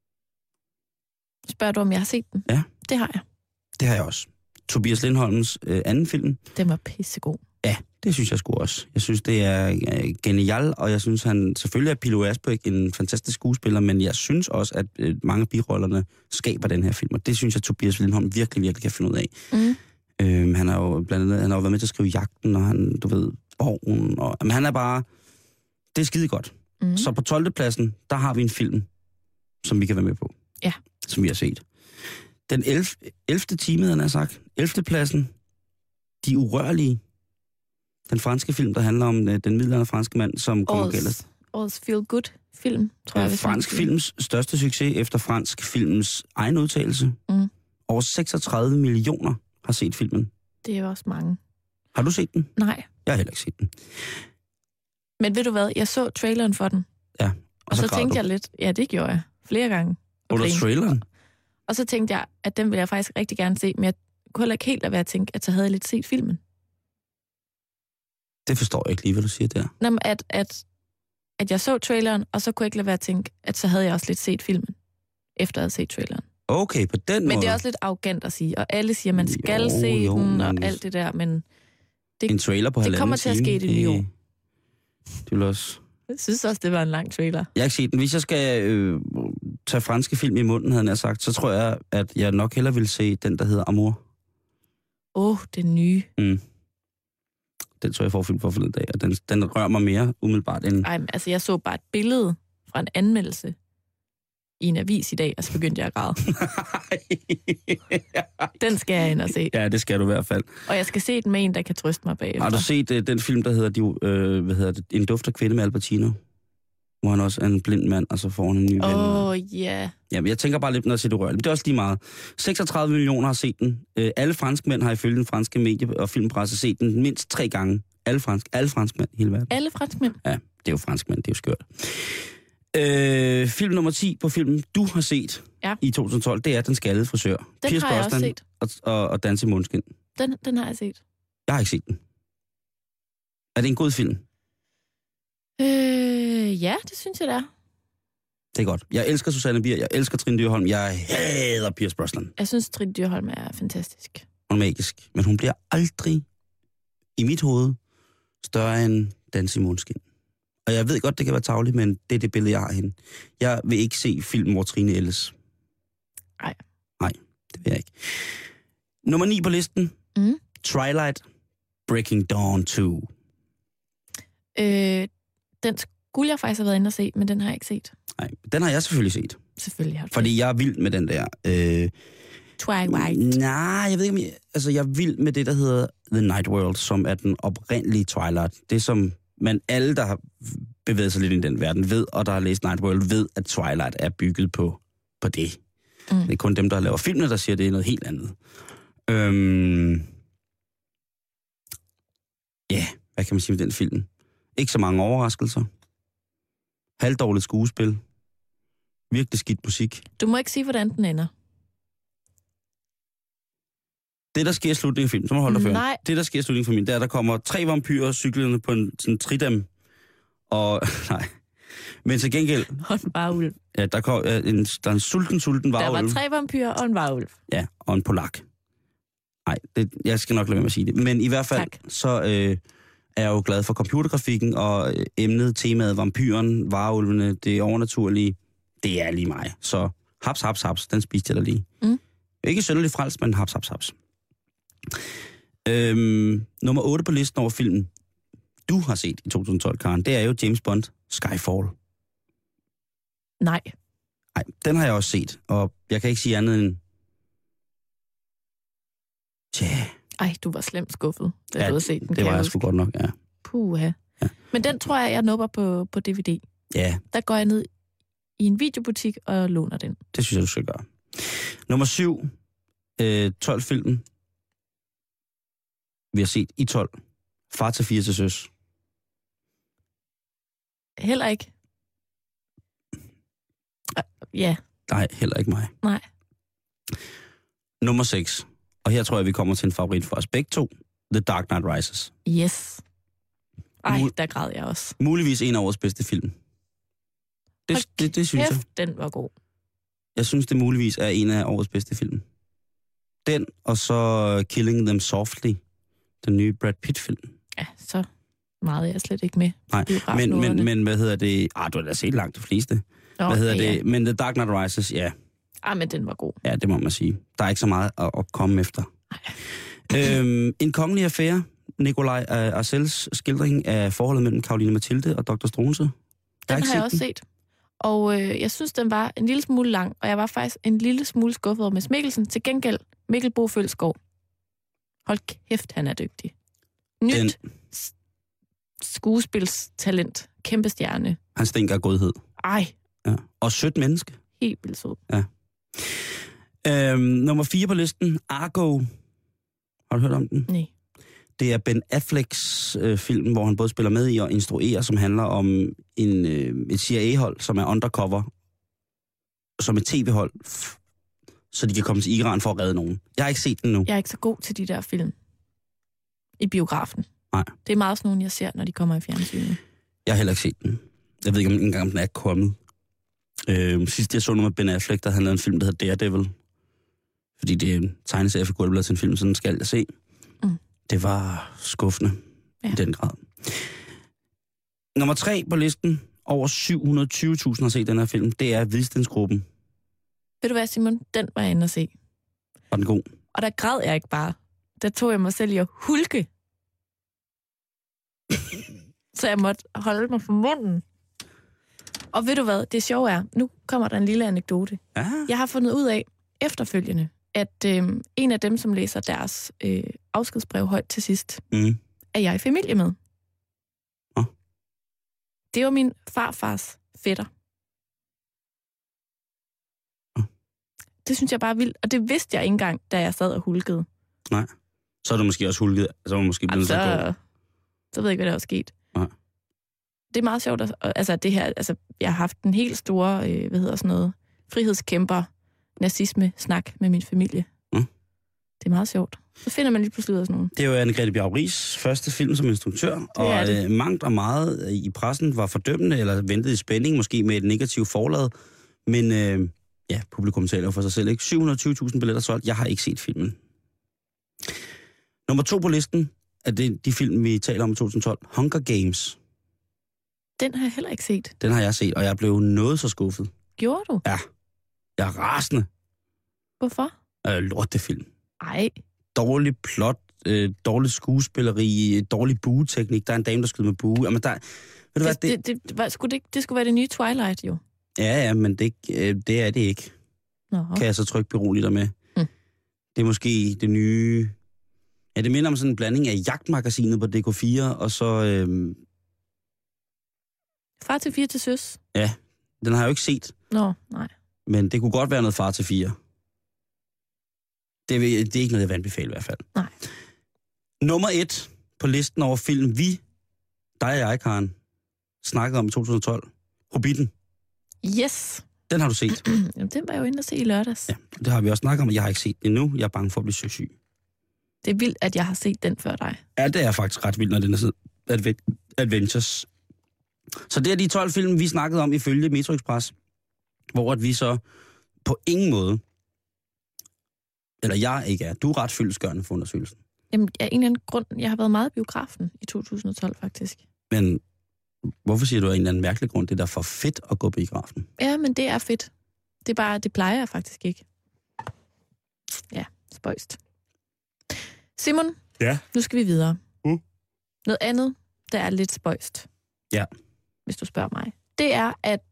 Spørger du, om jeg har set den? Ja. Det har jeg. Det har jeg også. Tobias Lindholms anden film. Den var pissegod. Ja, det synes jeg sgu også. Jeg synes, det er genial, og jeg synes, han selvfølgelig er Pilo Asbæk en fantastisk skuespiller, men jeg synes også, at mange af birollerne skaber den her film, og det synes jeg, Tobias Lindholm virkelig, virkelig kan finde ud af. Han har jo blandt andet været med til at skrive Jagten, og han, du ved, Borgen, og han er bare... Det er skide godt. Så på 12. pladsen, der har vi en film, som vi kan være med på. Ja. Som vi har set. Den 11. time, han har sagt. 11. pladsen. De Urørlige. Den franske film, der handler om den middelaldrende franske mand, som kommer galt. Årets feel-good-film, tror jeg. Fransk films største succes efter fransk films egen udtalelse. Over 36 millioner har set filmen. Det er jo også mange. Har du set den? Nej. Jeg har heller ikke set den. Men ved du hvad? Jeg så traileren for den. Ja. Og så tænkte jeg lidt... Ja, det gjorde jeg. Flere gange. Under traileren? Og så tænkte jeg, at den ville jeg faktisk rigtig gerne se, men jeg kunne heller ikke helt lade være at tænke, at så havde jeg lidt set filmen. Det forstår jeg ikke lige, hvad du siger der. Nå, men at jeg så traileren, og så kunne jeg ikke lade være at tænke, at så havde jeg også lidt set filmen, efter at have set traileren. Okay, på den måde. Men det er også lidt arrogant at sige, og alle siger, at man skal se den, og alt det der, men en trailer på 1,5 time. Det kommer til at ske i det nye år. Det vil også... Jeg synes også, det var en lang trailer. Jeg har ikke set den. Hvis jeg skal tage franske film i munden, havde jeg sagt, så tror jeg, at jeg nok hellere vil se den, der hedder Amour. Den nye. Den tror jeg får film for forleden dag, og den rører mig mere umiddelbart end... Ej, altså jeg så bare et billede fra en anmeldelse i en avis i dag, og så begyndte jeg at græde. Den skal jeg ind og se. Ja, det skal du i hvert fald. Og jeg skal se den med en, der kan trøste mig bagefter. Har du set den film, der hedder En duft af kvinde med Al Pacino? Hvor han også er en blind mand, og så får han en ny ven. Ja. Jamen, jeg tænker bare lidt, når jeg ser det rørligt. Men det er også lige meget. 36 millioner har set den. Alle franskmænd har ifølge den franske medie- og filmpresse set den mindst 3 gange. Alle franskmænd i hele verden. Alle franskmænd? Ja, det er jo franskmænd, det er jo skørt. Film nummer 10 på filmen, du har set i 2012, det er Den skaldede frisør. Den Pierce har jeg også set. Og Dans i Måneskin. Den har jeg set. Jeg har ikke set den. Er det en god film? Ja, det synes jeg, det er. Det er godt. Jeg elsker Susanne Bier, jeg elsker Trine Dyrholm, jeg hader Pierce Brosnan. Jeg synes, Trine Dyrholm er fantastisk. Hun er magisk, men hun bliver aldrig, i mit hoved, større end Dans i Måneskin. Og jeg ved godt, det kan være tarveligt, men det er det billede, jeg har hende. Jeg vil ikke se film, hvor Trine ældes. Nej. Nej, det vil jeg ikke. Nummer 9 på listen. Twilight, Breaking Dawn 2. Den skulle jeg faktisk have været inde og se, men den har jeg ikke set. Nej, den har jeg selvfølgelig set. Selvfølgelig har du. Fordi jeg er vild med den der... Twilight. Nej, jeg ved ikke, om jeg er vild med det, der hedder The Night World, som er den oprindelige Twilight. Det som man alle, der har bevæget sig lidt i den verden, ved, og der har læst Night World, ved, at Twilight er bygget på det. Det er kun dem, der laver filmene, der siger, at det er noget helt andet. Ja, hvad kan man sige med den film? Ikke så mange overraskelser. Halvdårligt skuespil. Virkelig skidt musik. Du må ikke sige, hvordan den ender. Det, der sker i slutningen af filmen, så må holde dig før. Nej. Det, der sker i slutningen af filmen, det er, at der kommer 3 vampyrer cyklerne på en sådan tridem. Og, nej. Men til gengæld... Og en varulv. Ja, der er en sulten varulv. Der var 3 vampyrer og en varulv. Ja, og en polak. Nej, jeg skal nok lade være med at sige det. Men i hvert fald, så er jeg jo glad for computergrafikken, og emnet, temaet, vampyren, varulvene, det overnaturlige, det er lige mig. Så haps, den spiste jeg da lige. Ikke synderligt frelst, men haps, haps, haps. Nummer 8 på listen over film, du har set i 2012, Karen, det er jo James Bond, Skyfall. Nej. Nej, den har jeg også set, og jeg kan ikke sige andet end... Tja. Ej, du var slemt skuffet, da du havde set den. Det var jeg sgu godt nok, ja. Puha. Ja. Men den tror jeg nupper på DVD. Ja. Der går jeg ned i en videobutik og låner den. Det synes jeg, du skal gøre. Nummer 7. 12 filmen. Vi har set i 12. Far til 4 til søs. Heller ikke. Ja. Nej, heller ikke mig. Nej. Nummer 6. Og her tror jeg, vi kommer til en favorit for os begge to. The Dark Knight Rises. Yes. Ej, der græd jeg også. Muligvis en af årets bedste film. Det synes jeg. Den var god. Jeg synes, det muligvis er en af årets bedste film. Den, og så Killing Them Softly. Den nye Brad Pitt-film. Ja, så meget er jeg slet ikke med. Nej, men hvad hedder det? Du har da set langt de fleste. Hvad hedder det? Men The Dark Knight Rises, ja. Men den var god. Ja, det må man sige. Der er ikke så meget at komme efter. En kongelig affære. Nikolaj Arcels skildring af forholdet mellem Caroline Mathilde og Dr. Struensee. Den har jeg også set. Og jeg synes, den var en lille smule lang, og jeg var faktisk en lille smule skuffet over Mads Mikkelsen. Til gengæld, Mikkel Bo Følsgaard. Hold kæft, han er dygtig. Nyt skuespilstalent. Kæmpe stjerne. Han stinker af godhed. Ej. Ja. Og sødt menneske. Helt vildt sød. Ja. Nummer 4 på listen, Argo. Har du hørt om den? Nej. Det er Ben Afflecks film, hvor han både spiller med i og instruerer, som handler om et CIA-hold, som er undercover, som et tv-hold, så de kan komme til Iran for at redde nogen. Jeg har ikke set den nu. Jeg er ikke så god til de der film i biografen. Nej. Det er meget sådan nogle, jeg ser, når de kommer i fjernsynet. Jeg har heller ikke set den. Jeg ved ikke, om engang den er kommet. Sidst jeg så noget med Ben Affleck, der han lavede en film, der hedder Daredevil. Fordi det er en tegneserie for Gulleblad til en film, så den skal jeg se. Det var skuffende i den grad. Nummer 3 på listen, over 720.000 har set den her film, det er Hvidstensgruppen. Ved du hvad, Simon? Den var jeg inde at se. Var den god? Og der græd jeg ikke bare. Der tog jeg mig selv i at hulke. Så jeg måtte holde mig for munden. Og ved du hvad, det sjove er, nu kommer der en lille anekdote. Jeg har fundet ud af efterfølgende, at en af dem, som læser deres afskedsbrev højt til sidst, er jeg i familie med. Det var min farfars fætter. Det synes jeg bare er vildt, og det vidste jeg ikke engang, da jeg sad og hulkede. Nej, så er du måske også hulket, så var måske blevet så ved jeg ikke, hvad der er sket. Nej. Det er meget sjovt, altså det her, altså jeg har haft en helt store, frihedskæmper, nazisme-snak med min familie. Det er meget sjovt. Så finder man lige pludselig ud af sådan nogen. Det er jo Anne-Grethe Bjarup-Riis første film som instruktør, og mangt og meget i pressen var fordømmende, eller ventede i spænding, måske med et negativt forlad. Men publikum taler for sig selv, ikke? 720.000 billetter solgt. Jeg har ikke set filmen. Nummer 2 på listen er de film, vi taler om i 2012. Hunger Games. Den har jeg heller ikke set. Den har jeg set, og jeg blev noget så skuffet. Gjorde du? Ja. Jeg er rasende. Hvorfor? Lortefilm. Ej. Dårlig plot, dårlig skuespilleri, dårlig bueteknik. Der er en dame, der skyder med bue. Jamen, det skulle være det nye Twilight, jo. Ja, men det er det ikke. Kan jeg så trykke beroligt dig med. Det er måske det nye... Ja, det minder om sådan en blanding af Jagtmagasinet på DK4, og så... Far til 4 til søs. Ja, den har jeg jo ikke set. Nej. Men det kunne godt være noget Far til 4. Det er ikke noget, jeg vil anbefale i hvert fald. Nej. Nummer 1 på listen over film, dig og jeg, Karen, snakkede om i 2012. Hobbiten. Yes. Den har du set. Jamen, den var jeg jo inde at se i lørdags. Ja, det har vi også snakket om, og jeg har ikke set den endnu. Jeg er bange for at blive søsyg. Det er vildt, at jeg har set den før dig. Ja, det er faktisk ret vildt, når den er sådan Adventures. Så det er de 12 film, vi snakkede om ifølge Metro Express, hvor at vi så på ingen måde, eller jeg ikke er, du er ret fyldestgørende for undersøgelsen. Jamen, af en eller anden grund, jeg har været meget i biografen i 2012 faktisk. Men hvorfor siger du af en eller anden mærkelig grund, det er da for fedt at gå på biografen? Ja, men det er fedt. Det er bare, det plejer jeg faktisk ikke. spøjst. Simon, ja. Nu skal vi videre. Noget andet, der er lidt spøjst. Ja. Hvis du spørger mig. Det er, at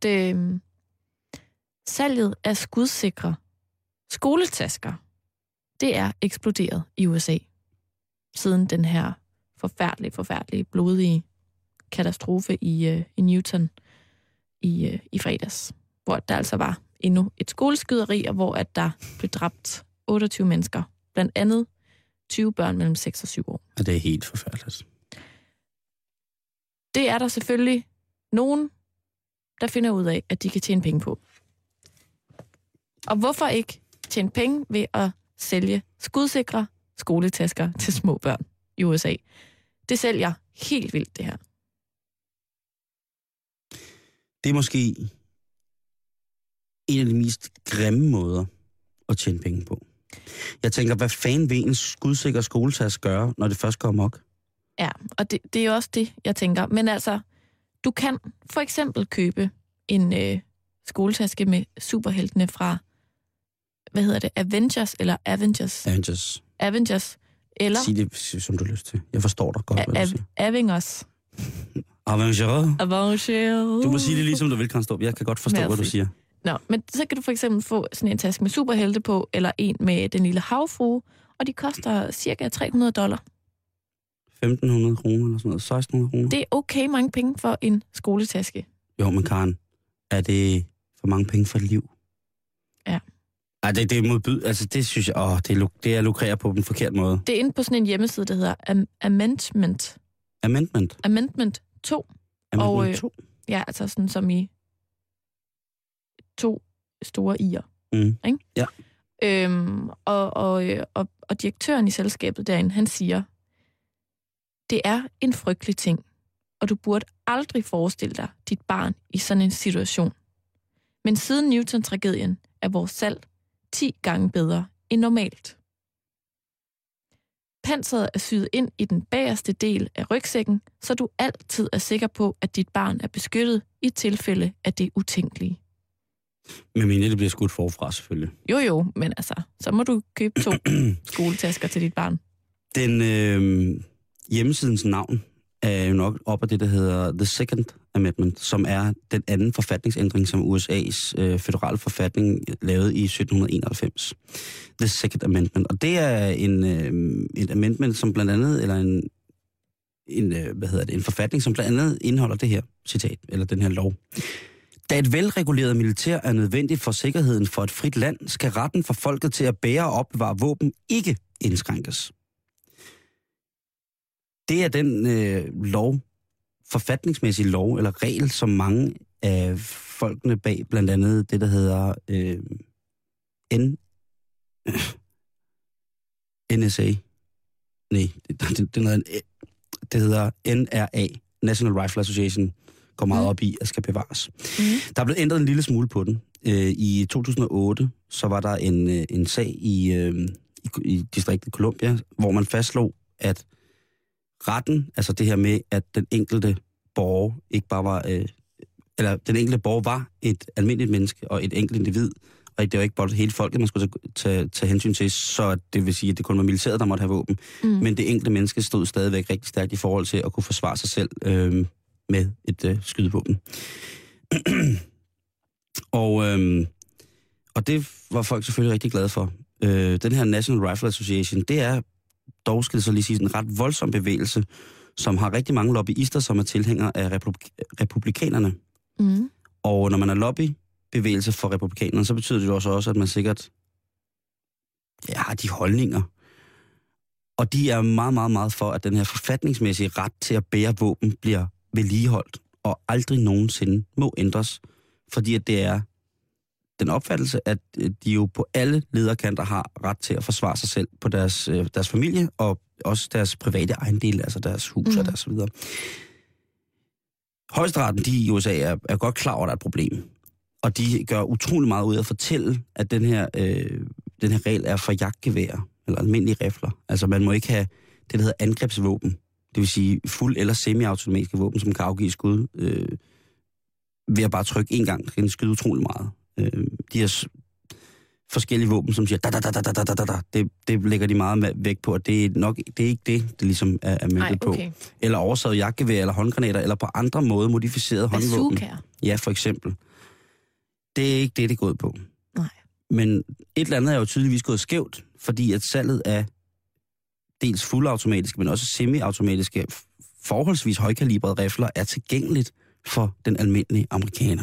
salget af skudsikre skoletasker, det er eksploderet i USA. Siden den her forfærdelige, blodige katastrofe i Newton i fredags. Hvor der altså var endnu et skoleskyderi, og hvor at der blev dræbt 28 mennesker. Blandt andet 20 børn mellem 6 og 7 år. Og det er helt forfærdeligt. Det er der selvfølgelig nogen, der finder ud af, at de kan tjene penge på. Og hvorfor ikke tjene penge ved at sælge skudsikre skoletasker til små børn i USA? Det sælger helt vildt, det her. Det er måske en af de mest grimme måder at tjene penge på. Jeg tænker, hvad fanden vil en skudsikker skoletaske gøre, når det først går amok? Ja, og det er jo også det, jeg tænker. Men altså, du kan for eksempel købe en skoletaske med superheltene fra, Avengers eller Avengers? Avengers. Eller... Sig det, som du har lyst til. Jeg forstår dig godt, hvad du siger. Avengers. Avengers. Du må sige det lige, som du vil, Kranstrup. Jeg kan godt forstå, hvad du siger. Nå, men så kan du for eksempel få sådan en taske med superhelte på, eller en med den lille havfrue, og de koster cirka $300. 1.500 kroner eller sådan noget, 1.600 kroner. Det er okay mange penge for en skoletaske. Jo, men Karen, er det for mange penge for et liv? Ja. Ej, det er modbyd. Altså, det synes jeg, det er lukrerer på den forkerte måde. Det er inde på sådan en hjemmeside, der hedder Amendment. Amendment 2. Amendment 2? Ja, altså sådan som i 2 store i'er. Ikke? Ja. Og direktøren i selskabet derinde, han siger, det er en frygtelig ting, og du burde aldrig forestille dig dit barn i sådan en situation. Men siden Newton-tragedien er vores salg 10 gange bedre end normalt. Panseret er syet ind i den bagerste del af rygsækken, så du altid er sikker på, at dit barn er beskyttet i tilfælde af det utænkelige. Men det bliver skudt forfra, selvfølgelig. Jo, men altså, så må du købe 2 skoletasker til dit barn. Den hjemmesidens navn er jo nok op af det, der hedder The Second Amendment, som er den anden forfatningsændring, som USA's føderale forfatning lavede i 1791. The Second Amendment. Og det er et amendment, som blandt andet, eller en forfatning, som blandt andet indeholder det her citat, eller den her lov. Da et velreguleret militær er nødvendigt for sikkerheden for et frit land, skal retten for folket til at bære og opbevare våben ikke indskrænkes. Det er den forfatningsmæssige lov eller regel, som mange af folkene bag blandt andet det, der hedder NSA. Nej, det hedder NRA, National Rifle Association, går meget op i, at skal bevares. Der er blevet ændret en lille smule på den. I 2008, så var der en sag i distriktet Columbia, hvor man fastslog, at retten, altså det her med, at den enkelte borger ikke bare var, eller den enkelte borger var et almindeligt menneske og et enkelt individ, og det var ikke bare hele folket, man skulle tage hensyn til, så det vil sige, at det kun var militæret, der måtte have våben. Men det enkelte menneske stod stadigvæk rigtig stærkt i forhold til at kunne forsvare sig selv med et skydevåben. Og det var folk selvfølgelig rigtig glade for. Den her National Rifle Association, det er dog, skal det så lige sige, en ret voldsom bevægelse, som har rigtig mange lobbyister, som er tilhængere af republikanerne. Og når man er lobbybevægelse for republikanerne, så betyder det jo også, at man sikkert har de holdninger. Og de er meget, meget, meget for, at den her forfatningsmæssige ret til at bære våben bliver vedligeholdt, og aldrig nogensinde må ændres, fordi at det er den opfattelse, at de jo på alle lederkanter har ret til at forsvare sig selv på deres familie, og også deres private ejendele, altså deres hus og deres videre. Højesteretten, de i USA er godt klar over, at der er et problem. Og de gør utrolig meget ud af at fortælle, at den her regel er for jagtgeværer, eller almindelige rifler. Altså man må ikke have det, der hedder angrebsvåben. Det vil sige fuld- eller semi-automatiske våben, som kan afgive skud ved at bare trykke en gang, kan den skyde utrolig meget. De her forskellige våben, som siger da. Det lægger de meget vægt på, og det er ikke det ligesom er møntet på. Eller oversaget jagtgevær, eller håndgranater, eller på andre måder modificeret håndvåben. Ja, for eksempel. Det er ikke det går ud på. Nej. Men et eller andet er jo tydeligvis gået skævt, fordi at salget af dels fuldautomatiske, men også semi-automatiske, forholdsvis højkalibrede rifler er tilgængeligt for den almindelige amerikaner.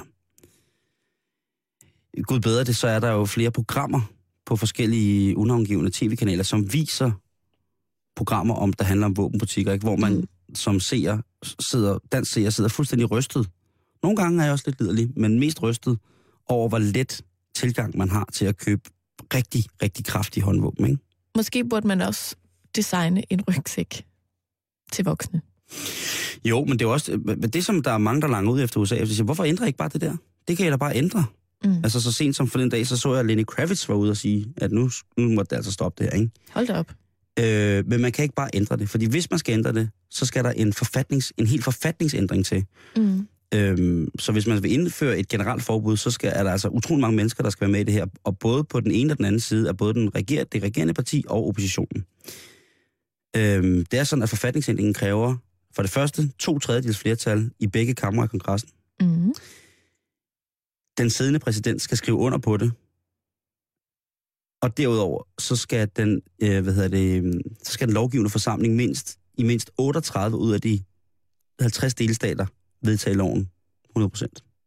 Gud bedre det, så er der jo flere programmer på forskellige unavngivende tv-kanaler, som viser programmer, der handler om våbenbutikker, ikke? Hvor man som dansk seer sidder fuldstændig rystet. Nogle gange er jeg også lidt liderlig, men mest rystet over, hvor let tilgang man har til at købe rigtig, rigtig kraftige håndvåben, ikke? Måske burde man også designe en rygsæk til voksne. Jo, men det er også det, som der er mange, der langer ud efter USA. Siger, hvorfor ændrer I ikke bare det der? Det kan jeg da bare ændre. Altså så sent som for den dag, så jeg, at Lenny Kravitz var ude og sige, at nu må det altså stoppe det her, ikke? Hold da op. Men man kan ikke bare ændre det, fordi hvis man skal ændre det, så skal der en helt forfatningsændring til. Så hvis man vil indføre et generelt forbud, så er der altså utrolig mange mennesker, der skal være med i det her, og både på den ene og den anden side af både det regerende parti og oppositionen. Det er sådan, at forfatningsændringen kræver for det første 2/3 flertal i begge kamre af kongressen. Den siddende præsident skal skrive under på det, og derudover så skal den, så skal den lovgivende forsamling i mindst 38 ud af de 50 delstater vedtage loven 100%.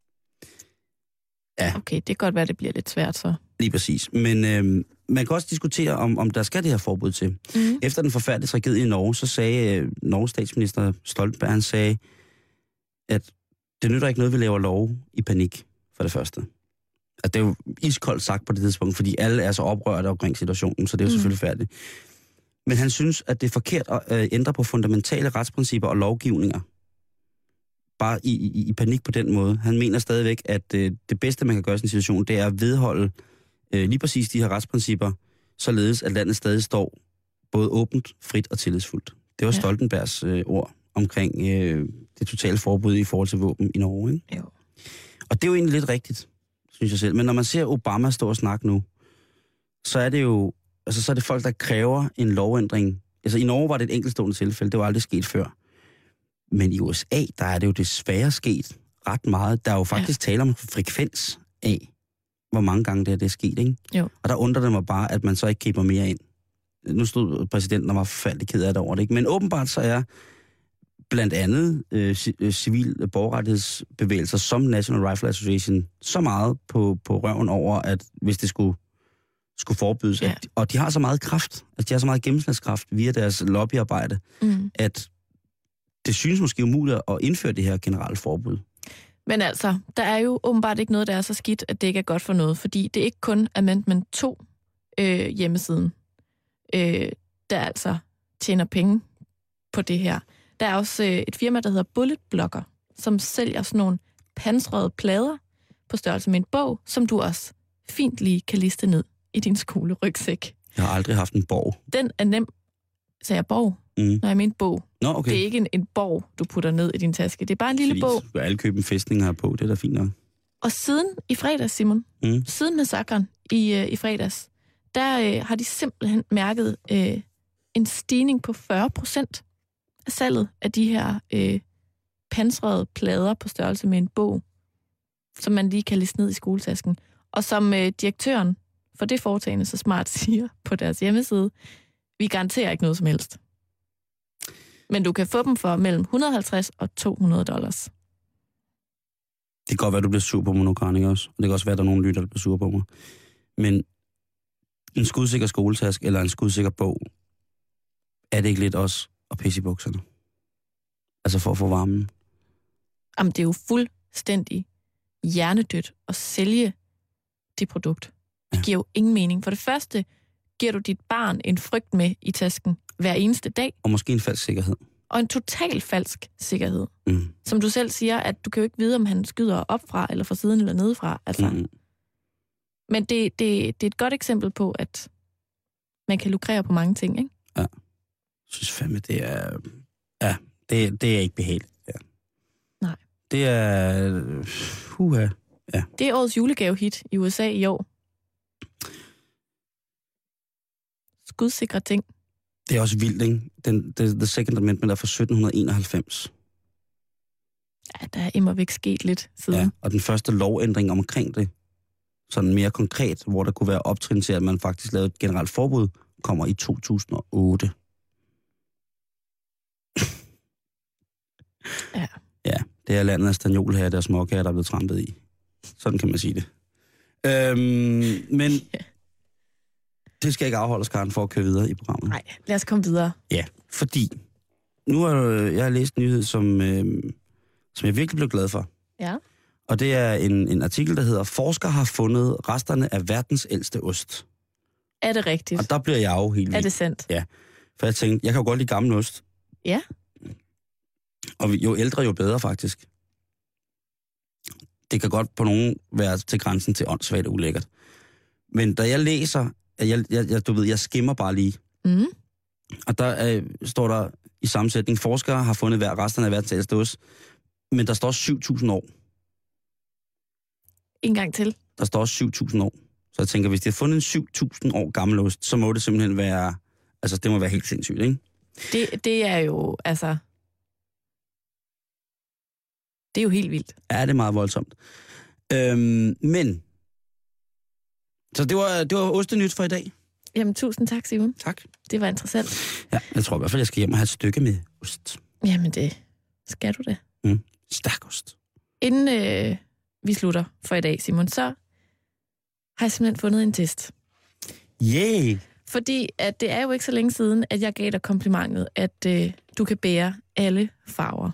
Ja. Okay, det kan godt være, det bliver lidt svært så. Lige præcis. Men man kan også diskutere, om der skal det her forbud til. Efter den forfærdelige tragedie i Norge, så sagde Norges statsminister Stoltenberg, han sagde, at det nytter ikke noget, vi laver lov i panik, for det første. At det er jo iskoldt sagt på det tidspunkt, fordi alle er så oprørte omkring situationen, så det er jo selvfølgelig færdigt. Men han synes, at det er forkert at ændre på fundamentale retsprincipper og lovgivninger. Bare i panik på den måde. Han mener stadigvæk, at det bedste, man kan gøre i sådan en situation, det er at vedholde lige præcis de her retsprincipper, således at landet stadig står både åbent, frit og tillidsfuldt. Det var Stoltenbergs ord omkring det totale forbud i forhold til våben i Norge, ikke? Jo. Og det er jo egentlig lidt rigtigt, synes jeg selv. Men når man ser Obama stå og snakke nu, så er det jo, altså så er det folk, der kræver en lovændring. Altså i Norge var det et enkeltstående tilfælde, det var aldrig sket før. Men i USA, der er det jo desværre sket ret meget. Der er jo faktisk tale om frekvens af, hvor mange gange det er sket, ikke? Jo. Og der undrer det mig bare, at man så ikke griber mere ind. Nu stod præsidenten og var forfærdelig ked af det over det, ikke? Men åbenbart så er blandt andet civil borgerrettighedsbevægelser som National Rifle Association så meget på røven over, at hvis det skulle forbydes, og de har så meget kraft, altså de har så meget gennemslagskraft via deres lobbyarbejde, at det synes måske umuligt at indføre det her generelle forbud. Men altså, der er jo åbenbart ikke noget, der er så skidt, at det ikke er godt for noget, fordi det er ikke kun Amendment 2 hjemmesiden, der altså tjener penge på det her. Der er også et firma, der hedder Bullet Blogger, som sælger sådan nogle pansrede plader på størrelse med en bog, som du også fint lige kan liste ned i din skolerygsæk. Jeg har aldrig haft en borg. Den er nem. Så jeg borg? Når jeg mente bog. Nå, okay. Det er ikke en borg, du putter ned i din taske. Det er bare en lille bog. Du kan alle købe en fæstning her på, det er da fint nok. Og siden i fredags, Simon, siden massakren i fredags, der har de simpelthen mærket en stigning på 40% af salget af de her pansrede plader på størrelse med en bog, som man lige kan liste ned i skoletasken. Og som direktøren for det foretagende så smart siger på deres hjemmeside, vi garanterer ikke noget som helst. Men du kan få dem for mellem $150 og $200. Det kan godt være, du bliver sur på mig nu, Karin, også. Og det kan også være, at der er nogle lytter, der bliver sur på mig. Men en skudsikker skoletask eller en skudsikker bog, er det ikke lidt også at pisse i bukserne? Altså for at få varmen? Jamen, det er jo fuldstændig hjernedødt at sælge det produkt. Det giver jo ingen mening. For det første giver du dit barn en frygt med i tasken hver eneste dag. Og måske en falsk sikkerhed. Og en total falsk sikkerhed. Som du selv siger, at du kan jo ikke vide, om han skyder op fra, eller fra siden, eller nedefra. Altså. Men det er et godt eksempel på, at man kan lukrere på mange ting, ikke? Ja. Jeg synes fandme, det er... Ja, det er ikke behageligt. Ja. Nej. Det er... Ja. Det er årets julegavehit i USA i år. skudsikre ting. Det er også vildt, ikke? The Second Amendment er fra 1791. Ja, der er immervæk sket lidt siden. Ja, og den første lovændring omkring det, sådan mere konkret, hvor der kunne være optrin til, at man faktisk lavede et generelt forbud, kommer i 2008. Ja. Ja, det er landet af stanjolhatte og småkager, der er blevet trampet i. Sådan kan man sige det. Men det skal ikke afholde os, Karen, for at køre videre i programmet. Nej, lad os komme videre. Ja, fordi nu har jeg læst en nyhed, som jeg virkelig blev glad for. Ja. Og det er en artikel, der hedder, Forskere har fundet resterne af verdens ældste ost. Er det rigtigt? Og der bliver jeg jo helt vildt. Er det sandt? Ja, for jeg tænkte, jeg kan jo godt lide gammel ost. Ja. Og jo ældre, jo bedre faktisk. Det kan godt på nogen være til grænsen til åndssvagt og ulækkert. Men da jeg læser, du ved, jeg skimmer bare lige. Mm. Og der står der i sammensætning, forskere har fundet resterne af verdens ældste ost. Men der står 7.000 år. En gang til. Der står også 7.000 år. Så jeg tænker, hvis de har fundet en 7.000 år gammel ost, så må det simpelthen være, altså det må være helt sindssygt, ikke? Det er jo, altså, det er jo helt vildt. Ja, det er meget voldsomt. Men, så det var ostenyt for i dag. Jamen, tusind tak, Simon. Tak. Det var interessant. Ja, jeg tror i hvert fald, jeg skal hjem og have et stykke med ost. Jamen, det skal du da. Stærk ost. Inden vi slutter for i dag, Simon, så har jeg simpelthen fundet en test. Yeah! Fordi at det er jo ikke så længe siden, at jeg gav dig komplimentet, at du kan bære alle farver.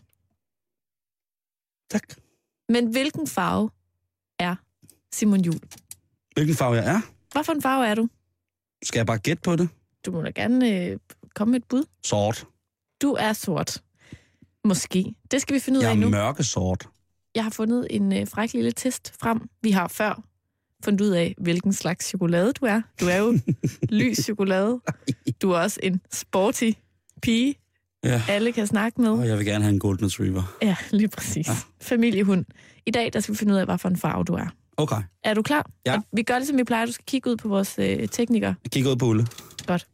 Tak. Men hvilken farve er Simon Jul? Hvilken farve jeg er? Hvad for en farve er du? Skal jeg bare gætte på det? Du må da gerne komme med et bud. Sort. Du er sort. Måske. Det skal vi finde ud af nu. Jeg er mørkesort. Jeg har fundet en fræk lille test frem. Vi har før fundet ud af, hvilken slags chokolade du er. Du er jo lys chokolade. Du er også en sporty pige. Ja. Alle kan snakke med. Og jeg vil gerne have en golden retriever. Ja, lige præcis. Ja. Familiehund. I dag der skal vi finde ud af, hvad for en farve du er. Okay. Er du klar? Ja. Og vi gør det, som vi plejer. Du skal kigge ud på vores teknikere. Kig ud på Ulle. Godt.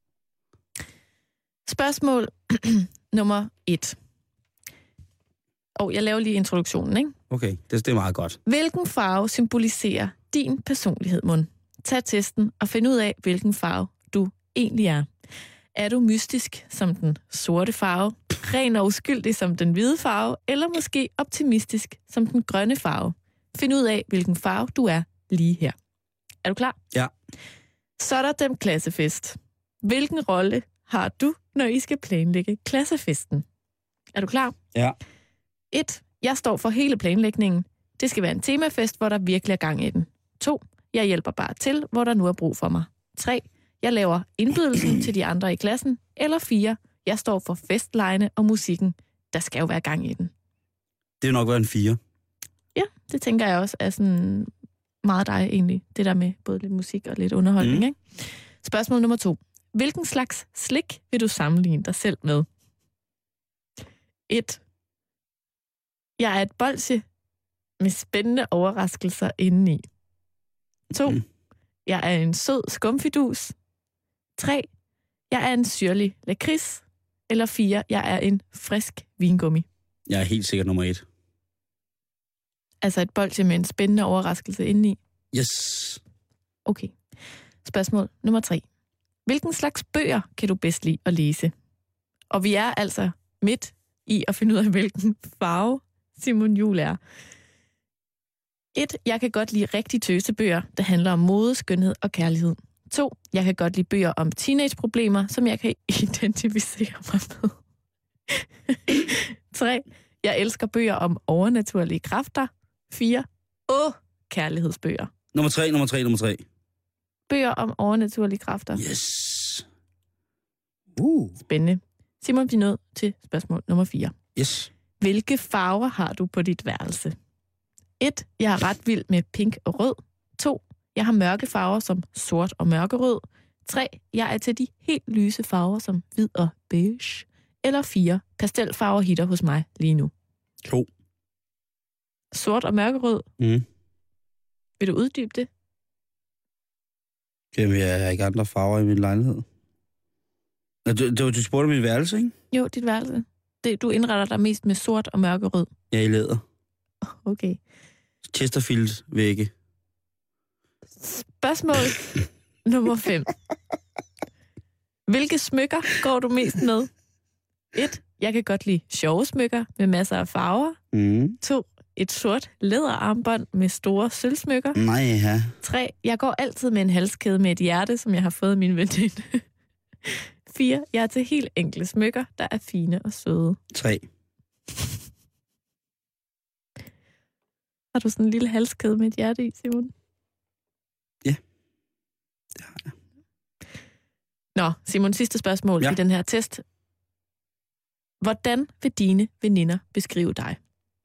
Spørgsmål nummer 1. Jeg laver lige introduktionen, ikke? Okay, det er meget godt. Hvilken farve symboliserer din personlighed, mon? Tag testen og find ud af, hvilken farve du egentlig er. Er du mystisk som den sorte farve, ren og uskyldig som den hvide farve, eller måske optimistisk som den grønne farve? Find ud af, hvilken farve du er lige her. Er du klar? Ja. Så er der den klassefest. Hvilken rolle har du, når I skal planlægge klassefesten? Er du klar? Ja. 1. Jeg står for hele planlægningen. Det skal være en temafest, hvor der virkelig er gang i den. 2. Jeg hjælper bare til, hvor der nu er brug for mig. 3. Jeg laver indbydelsen til de andre i klassen. Eller 4. Jeg står for festlejene og musikken. Der skal jo være gang i den. Det vil nok være en 4. Ja, det tænker jeg også er sådan meget dig egentlig. Det der med både lidt musik og lidt underholdning, ikke? Spørgsmål nummer 2. Hvilken slags slik vil du sammenligne dig selv med? 1. Jeg er et bolsje med spændende overraskelser indeni. 2. Jeg er en sød skumfidus. 3. Jeg er en syrlig lakrids. Eller 4. Jeg er en frisk vingummi. Jeg er helt sikkert nummer 1. Altså et bolsje med en spændende overraskelse indeni? Yes. Okay. Spørgsmål nummer 3. Hvilken slags bøger kan du bedst lide at læse? Og vi er altså midt i at finde ud af, hvilken farve Simon Jul er. 1. Jeg kan godt lide rigtig tøsebøger, der handler om mode, skønhed og kærlighed. 2. Jeg kan godt lide bøger om teenageproblemer, som jeg kan identificere mig med. 3. Jeg elsker bøger om overnaturlige kræfter. 4. Kærlighedsbøger. Nummer 3. Bøger om overnaturlige kræfter. Yes. Spændende. Simon, vi er nået til spørgsmål nummer 4. Yes. Hvilke farver har du på dit værelse? 1. Jeg er ret vild med pink og rød. 2. Jeg har mørke farver som sort og mørkerød. 3. Jeg er til de helt lyse farver som hvid og beige. Eller 4. Pastelfarver hitter hos mig lige nu. 2. Sort og mørkerød. Vil du uddybe det? Jamen, jeg har ikke andre farver i min lejlighed. Du spurgte om mit værelse, ikke? Jo, dit værelse. Du indretter dig mest med sort og mørkerød. Ja, i læder. Okay. Chesterfield vægge. Spørgsmål nummer 5. Hvilke smykker går du mest med? 1. Jeg kan godt lide sjove smykker med masser af farver. 2. Et sort læderarmbånd med store sølvsmykker. Nej, ja. 3. Jeg går altid med en halskæde med et hjerte, som jeg har fået af min veninde. 4. Jeg er til helt enkle smykker, der er fine og søde. 3. Har du sådan en lille halskæde med et hjerte i, Simon? Ja, det har jeg. Nå, Simon, sidste spørgsmål i den her test. Hvordan vil dine veninder beskrive dig?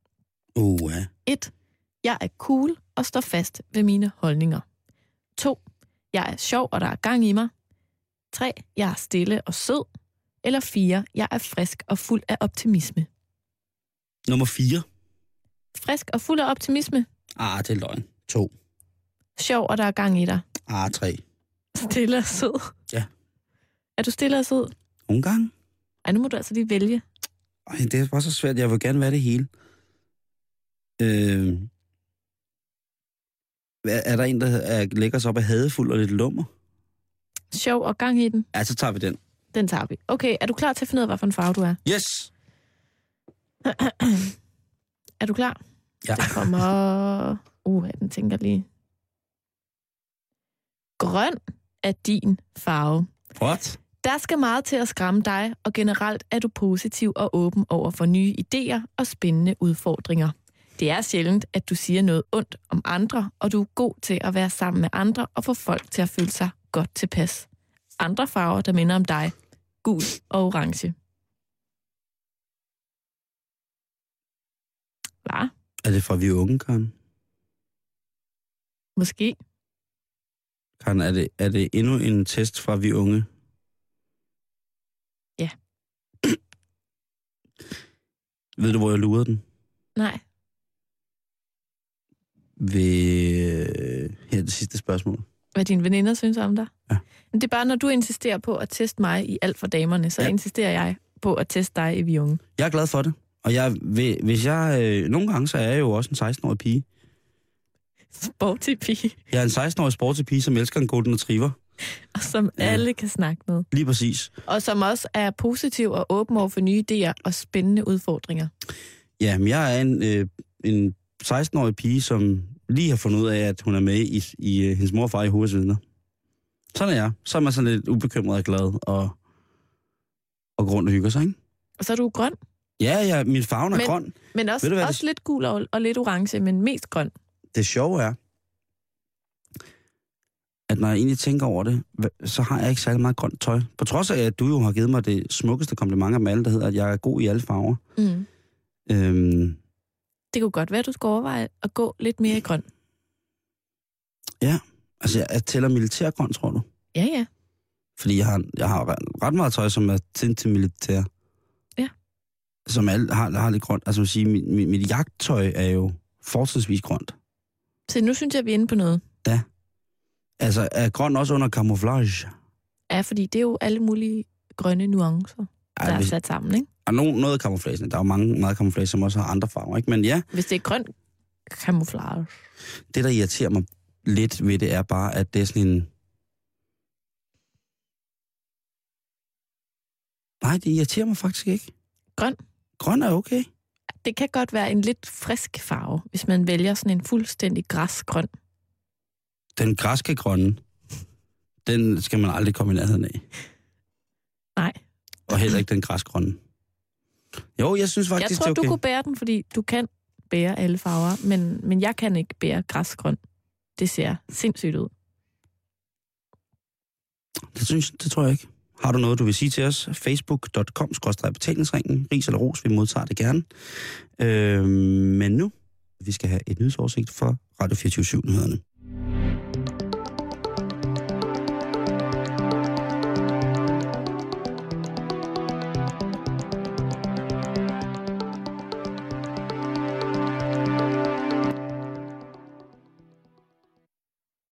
1. Jeg er cool og står fast ved mine holdninger. 2. Jeg er sjov, og der er gang i mig. 3. Jeg er stille og sød. Eller 4. Jeg er frisk og fuld af optimisme. Nummer 4. Frisk og fuld af optimisme. Det er løgn. 2. Sjov, og der er gang i dig. 3. Stille og sød. Ja. Er du stille og sød? Nogle gange. Ej, nu må du altså lige vælge. Det er bare så svært. Jeg vil gerne være det hele. Er der en, der lægger sig op af hadefuld og lidt lummer? Sjov og gang i den. Ja, så tager vi den. Den tager vi. Okay, er du klar til at finde ud af, hvad for en farve du er? Yes! Er du klar? Ja. Det kommer... den tænker lige. Grøn er din farve. What? Der skal meget til at skræmme dig, og generelt er du positiv og åben over for nye idéer og spændende udfordringer. Det er sjældent, at du siger noget ondt om andre, og du er god til at være sammen med andre og få folk til at føle sig godt tilpas. Andre farver, der minder om dig. Gul og orange. Hvad? Er det fra Vi Unge, Karen? Måske. Karen, er det endnu en test fra Vi Unge? Ja. Ved du, hvor jeg lurede den? Nej. Her er det sidste spørgsmål. Hvad dine veninder synes om dig? Ja. Men det er bare, når du insisterer på at teste mig i Alt for damerne, så insisterer jeg på at teste dig i Vi Unge. Jeg er glad for det. Og nogle gange, så er jeg jo også en 16-årig pige. Sporty pige. Jeg er en 16-årig sporty pige, som elsker en golden retriever. Og som alle kan snakke med. Lige præcis. Og som også er positiv og åben over for nye idéer og spændende udfordringer. Ja, men jeg er en 16-årig pige, som lige har fundet ud af, at hun er med i hendes mor og far i hovedsvidner. Sådan er jeg. Så er man sådan lidt ubekymret og glad og går rundt og hygger sig, ikke? Og så er du grøn? Ja, min farve er grøn. Men også lidt gul og lidt orange, men mest grøn. Det sjove er, at når jeg egentlig tænker over det, så har jeg ikke særlig meget grønt tøj. På trods af, at du jo har givet mig det smukkeste kompliment af alle, der hedder, at jeg er god i alle farver. Det kunne godt være, at du skal overveje at gå lidt mere i grøn. Ja, altså jeg tæller militærgrøn, tror du? Ja. Fordi jeg har ret meget tøj, som er til militær. Ja. Som alle har lidt grønt. Altså man siger, mit jagttøj er jo fortrinsvis grønt. Så nu synes jeg, vi er inde på noget. Ja. Altså er grøn også under camouflage? Ja, fordi det er jo alle mulige grønne nuancer, der er sat sammen, ikke? Og noget af camouflagen. Der er jo meget camouflage, som også har andre farver, ikke? Men ja. Hvis det er grøn camouflage. Det, der irriterer mig lidt ved det, er bare, at det er sådan en... Nej, det irriterer mig faktisk ikke. Grøn? Grøn er okay. Det kan godt være en lidt frisk farve, hvis man vælger sådan en fuldstændig græsgrøn. Den græske grønne, den skal man aldrig komme i nærheden af. Nej. Og heller ikke den græsgrønne. Jo, jeg synes faktisk, jeg tror, det er okay. Du kunne bære den, fordi du kan bære alle farver, men jeg kan ikke bære græsgrøn. Det ser sindssygt ud. Det tror jeg ikke. Har du noget, du vil sige til os? Facebook.com/betalingsringen. Ris eller ros, vi modtager det gerne. Men nu, vi skal have et nyhedsoversigt for Radio 24/7-nyhederne.